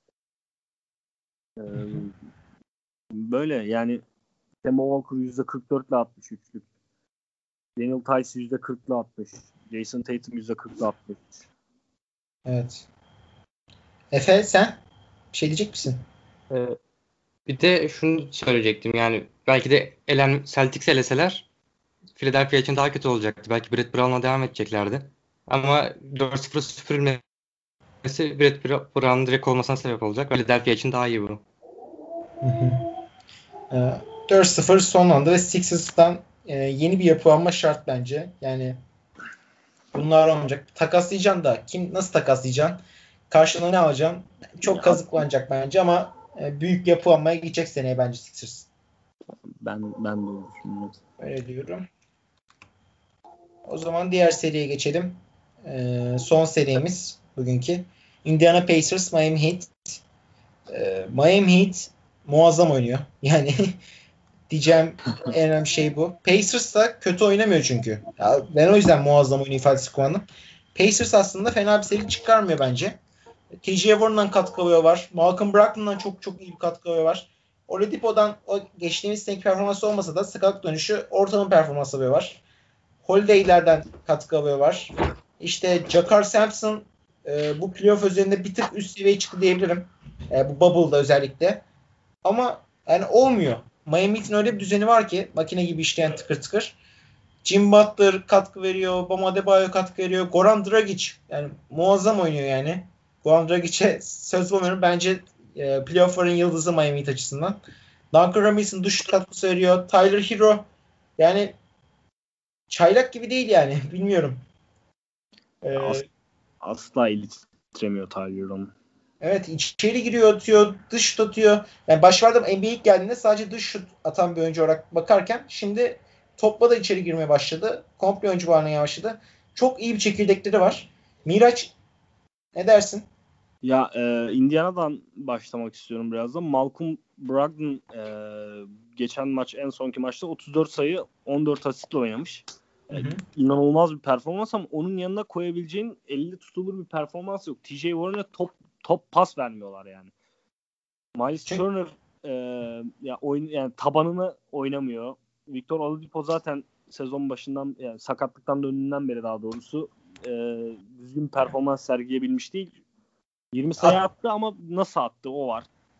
Ee, böyle yani Kemba Walker yüzde kırk dört ile atmış üçlük. Daniel Tice yüzde kırk ile atmış. Jason Tatum yüzde kırk ile atmış. Evet. Efe sen bir şey diyecek misin? Ee, bir de şunu söyleyecektim yani belki de elen Celtics eleseler Philadelphia için daha kötü olacaktı. Belki Brett Brown'la devam edeceklerdi. Ama dört sıfır süpürülmesi Brett Brown'un direkt olmasına sebep olacak. Philadelphia için daha iyi bu. Hı hı. Ee, dört sıfır sonlandı ve Sixers'tan e, yeni bir yapılanma şart bence. Yani bunlar olmayacak. Takaslayacaksın da kim nasıl takaslayacaksın? Karşılığında ne alacaksın? Çok kazıklanacak bence ama e, büyük yapılanmaya gidecek seneye bence Sixers. Ben ben de düşünüyorum. Öyle diyorum. O zaman diğer seriye geçelim. Ee, son serimiz bugünkü. Indiana Pacers, Miami Heat. Ee, Miami Heat muazzam oynuyor. Yani diyeceğim en önemli şey bu. Pacers da kötü oynamıyor çünkü. Ya ben o yüzden muazzam oyun ifadesi kullandım. Pacers aslında fena bir seri çıkarmıyor bence. T J Warren'dan katkı alıyor var. Malcolm Brogdon'dan çok çok iyi bir katkı alıyor var. Oladipo'dan o geçtiğimiz seneki performansı olmasa da sakatlık dönüşü ortalama performans alıyor var. Holiday'lerden katkı alıyor var. İşte Jakar Sampson e, bu playoff üzerinde bir tık üst seviyeye çıktı diyebilirim. E, bu Bubble'da özellikle. Ama yani olmuyor. Miami Heat'in öyle bir düzeni var ki makine gibi işleyen tıkır tıkır. Jim Butler katkı veriyor. Bam Adebayo katkı veriyor. Goran Dragic yani muazzam oynuyor yani. Goran Dragic'e söz vermiyorum. Bence e, playoff'ların yıldızı Miami Heat açısından. Duncan Robinson duş katkısı veriyor. Tyler Hero yani çaylak gibi değil yani. Bilmiyorum. Ee, As- asla eli titremiyor Tyler Hero'nun. evet içeri giriyor atıyor. Dış şut atıyor. Yani başlarda N B A ilk geldiğinde sadece dış şut atan bir oyuncu olarak bakarken şimdi topla da içeri girmeye başladı. Komple oyuncu haline başladı. Çok iyi bir çekirdekleri var. Miraç ne dersin? Ya e, Indiana'dan başlamak istiyorum biraz da. Malcolm Brogdon e, geçen maç en sonki maçta otuz dört sayı on dört asistle oynamış. Hı hı. İnanılmaz bir performans ama onun yanına koyabileceğin elle tutulur bir performans yok. T J Warren'a top top pas vermiyorlar yani. Miles Çünkü... Turner e, ya oyun yani tabanını oynamıyor. Victor Oladipo zaten sezon başından yani sakatlıktan döndüğünden beri daha doğrusu e, düzgün performans sergileyebilmiş değil. yirmi sayı attı ama nasıl attı o var.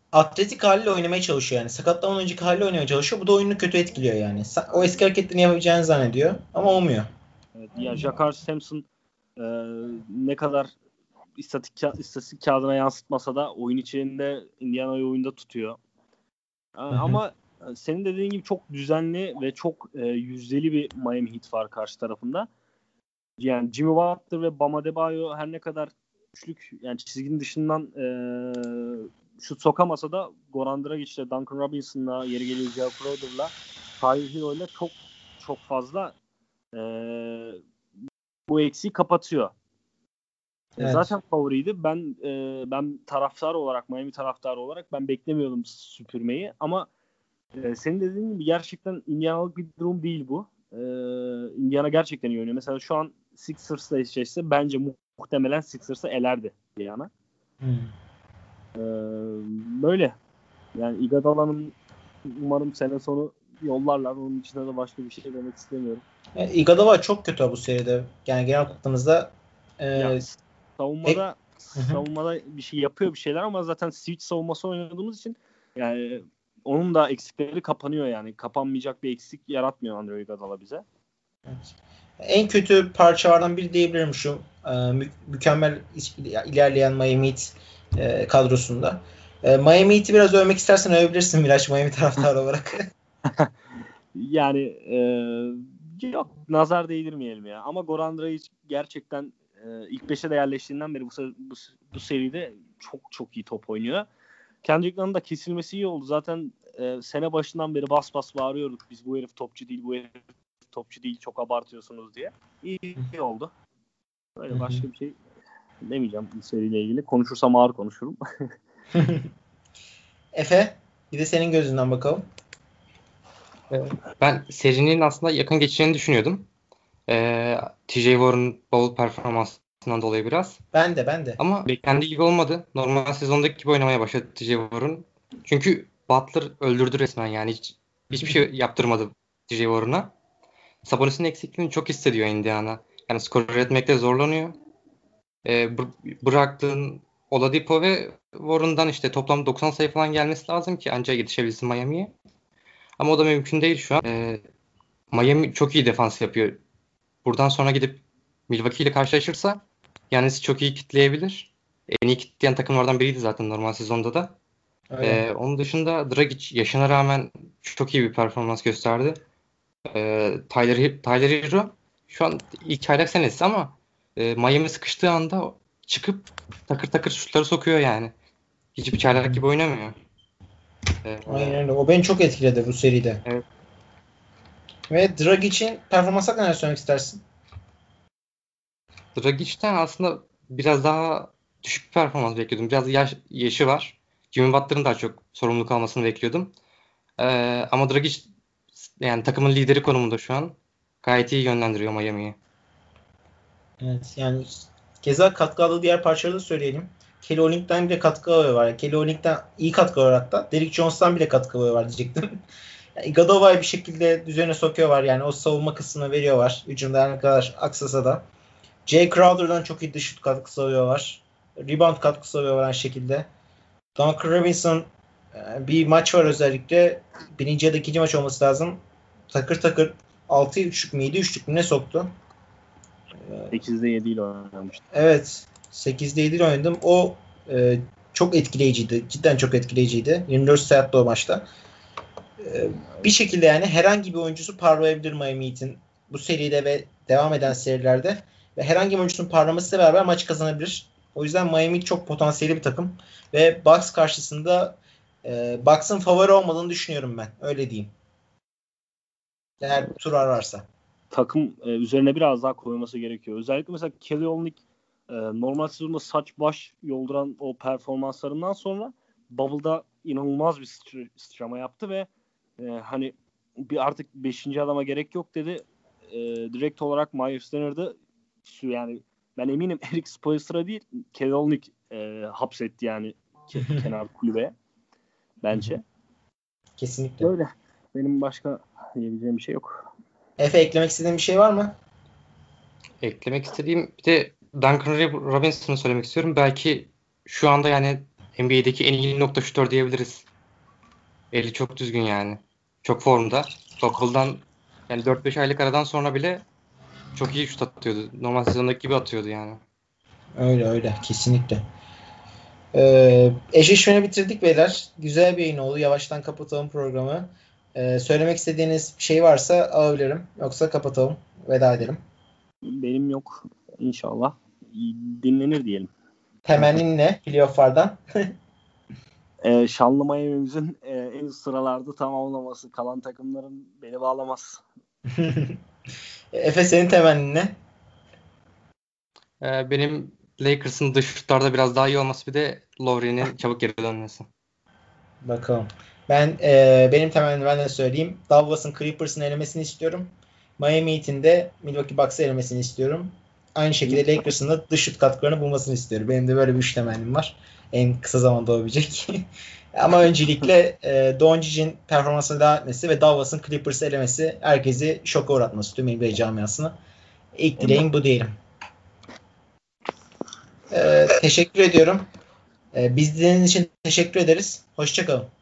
atletik haliyle oynamaya çalışıyor yani. Sakatlamadan önceki haliyle oynamaya çalışıyor. Bu da oyunu kötü etkiliyor yani. O eski hareketlerini yapabileceğini zannediyor ama olmuyor. Evet, ya Jakar Sampson e, ne kadar istatistik, ka- istatistik kağıdına yansıtmasa da oyun içinde Indiana'yı oyunda tutuyor. E, ama senin dediğin gibi çok düzenli ve çok e, yüzdeli bir Miami Heat var karşı tarafında. Yani Jimmy Butler ve Bam Adebayo her ne kadar üçlük yani çizginin dışından e, şut sokamasa da Goran Dragic'le, Duncan Robinson'la, yeri geliyor Joe Crowder'la, Tyler Hero'yla çok çok fazla e, bu eksiği kapatıyor. Evet. Zaten favoriydi. Ben e, ben taraftar olarak, Miami taraftarı olarak ben beklemiyordum süpürmeyi ama e, senin dediğin gibi gerçekten Indiana'lık bir durum değil bu. E, Indiana gerçekten iyi oynuyor. Mesela şu an Sixers'la eşleşse bence muhtemelen Sixers'ı elerdi Indiana. Hmm. E, böyle. Yani Iguodala'nın umarım sene sonu yollarlar. Onun dışında da başka bir şey demek istemiyorum. Yani Iguodala çok kötü bu seride. Yani genel baktığımızda e, ya, savunmada pek... savunmada bir şey yapıyor bir şeyler ama zaten switch savunması oynadığımız için yani onun da eksikleri kapanıyor yani. Kapanmayacak bir eksik yaratmıyor Andre Iguodala bize. Evet. En kötü parçalardan biri diyebilirim şu e, mü- mükemmel ilerleyen Miami Heat e, kadrosunda. E, Miami Heat'i biraz övmek istersen övebilirsin Miraç Miami taraftarı olarak. yani e, yok nazar değdirmeyelim ya. Ama Goran Dragic gerçekten e, ilk beşe de yerleştiğinden beri bu, bu, bu seride çok çok iyi top oynuyor. Kendrick Nunn'ın da kesilmesi iyi oldu. Zaten e, sene başından beri bas bas bağırıyorduk. Biz bu herif topçu değil, bu herif topçu değil, çok abartıyorsunuz diye. İyi, iyi oldu. Böyle başka bir şey demeyeceğim bu seriyle ilgili. Konuşursam ağır konuşurum. Efe, bir de senin gözünden bakalım. Ben serinin aslında yakın geçeceğini düşünüyordum. Ee, T J Warren'ın bol performansından dolayı biraz. Ben de ben de. Ama beklendiği gibi olmadı. Normal sezondaki gibi oynamaya başladı T J Warren. Çünkü Butler öldürdü resmen yani. Hiç, hiçbir şey yaptırmadı T J Warren'a. Sabonis'in eksikliğini çok hissediyor Indiana. Yani skor üretmekte zorlanıyor. Ee, bı- bıraktığın Oladipo ve Warren'dan işte toplam doksan sayı falan gelmesi lazım ki ancak yetişebilsin Miami'ye. Ama o da mümkün değil şu an. Ee, Miami çok iyi defans yapıyor. Buradan sonra gidip Milwaukee ile karşılaşırsa Giannis'i çok iyi kitleyebilir. En iyi kitleyen takımlardan biriydi zaten normal sezonda da. Ee, onun dışında Dragic yaşına rağmen çok iyi bir performans gösterdi. Ee, Tyler, Tyler Hero şu an ilk çaylak senesi ama e, Miami sıkıştığı anda çıkıp takır takır şutları sokuyor yani. Hiçbir çaylak gibi oynamıyor. Ee, Aynen öyle. O beni çok etkiledi bu seride. Evet. Ve Dragic'in performansı hakkında ne söylemek istersin? Dragic'ten aslında biraz daha düşük bir performans bekliyordum. Biraz yaş, yaşı var. Jimmy Butler'ın daha çok sorumluluk almasını bekliyordum. Ee, ama Dragic yani takımın lideri konumunda şu an. Gayet iyi yönlendiriyor Miami'yi. Evet yani keza katkı aldığı diğer parçaları da söyleyelim. Kelly Olynyk'ten bile katkı alıyor var. Kelly Olynyk'ten iyi katkı var hatta. Derrick Jones'tan bile katkı alıyor var diyecektim. Yani Iguodala'yı bir şekilde düzene sokuyor var. Yani o savunma kısmını veriyor var. Hücumda her ne kadar aksasa da. Jay Crowder'dan çok iyi dış şut katkısı alıyorlar. Rebound katkısı alıyorlar aynı şekilde. Duncan Robinson bir maç var özellikle. Birinci ya da ikinci maç olması lazım. Takır takır altı üçlük mü yedi üçlük mü ne soktu? sekizde yedi ile oynamıştı. Evet. sekizde yedi ile oynadım. O e, çok etkileyiciydi. Cidden çok etkileyiciydi. yirmi dört sayı o maçta. E, bir şekilde yani herhangi bir oyuncusu parlayabilir Miami Heat'in bu seride ve devam eden serilerde. Ve herhangi bir oyuncusunun parlamasıyla beraber maç kazanabilir. O yüzden Miami çok potansiyeli bir takım. Ve Bucks karşısında e, Bucks'ın favori olmadığını düşünüyorum ben. Öyle diyeyim. Eğer tur ararsa. Takım e, üzerine biraz daha koyması gerekiyor. Özellikle mesela Kelly Olynyk e, normal sezonda saç baş yolduran o performanslarından sonra Bubble'da inanılmaz bir sıçra- sıçrama yaptı ve e, hani bir artık beşinci adama gerek yok dedi. E, direkt olarak Myers Leonard'ı yani ben eminim Eric Spoelstra değil Kelly Olynyk e, hapsetti yani ke- kenar kulübeye bence. Kesinlikle. Böyle. Benim başka diyebileceğim bir şey yok. Efe eklemek istediğin bir şey var mı? Eklemek istediğim bir de Duncan Robinson'ı söylemek istiyorum. Belki şu anda yani N B A'deki en iyi nokta şutör diyebiliriz. Eli çok düzgün yani. Çok formda. Bubble'dan yani dört beş aylık aradan sonra bile çok iyi şut atıyordu. Normal sezondaki gibi atıyordu yani. Öyle öyle. Kesinlikle. Ee, eşleşmeni bitirdik beyler. Güzel bir yayın oldu. Yavaştan kapatalım programı. Ee, söylemek istediğiniz bir şey varsa alabilirim. Yoksa kapatalım. Veda edelim. Benim yok. İnşallah dinlenir diyelim. Temennin ne? Playoff'lardan. Ee, Şanlı Miami'mizin e, en üst sıralarda tamamlaması. Kalan takımların beni bağlamaz. Efe senin temennin ne? Ee, benim Lakers'ın dış şutlarda biraz daha iyi olması, bir de Lowry'nin çabuk geri dönmesi. Bakalım. Ben e, benim temennim ben de söyleyeyim. Dallas'ın Clippers'ın elemesini istiyorum. Miami Heat'in de Milwaukee Bucks'ı elemesini istiyorum. Aynı şekilde Lakers'ın da dış şut katkılarını bulmasını istiyorum. Benim de böyle bir üç temennim var. En kısa zamanda olabilecek. Ama öncelikle e, Doncic'in performansına devam etmesi ve Dallas'ın Clippers'ı elemesi herkesi şoka uğratması tüm N B A camiasını. İlk dileğim bu diyelim. E, teşekkür ediyorum. E, biz dinlediğiniz için teşekkür ederiz. Hoşça kalın.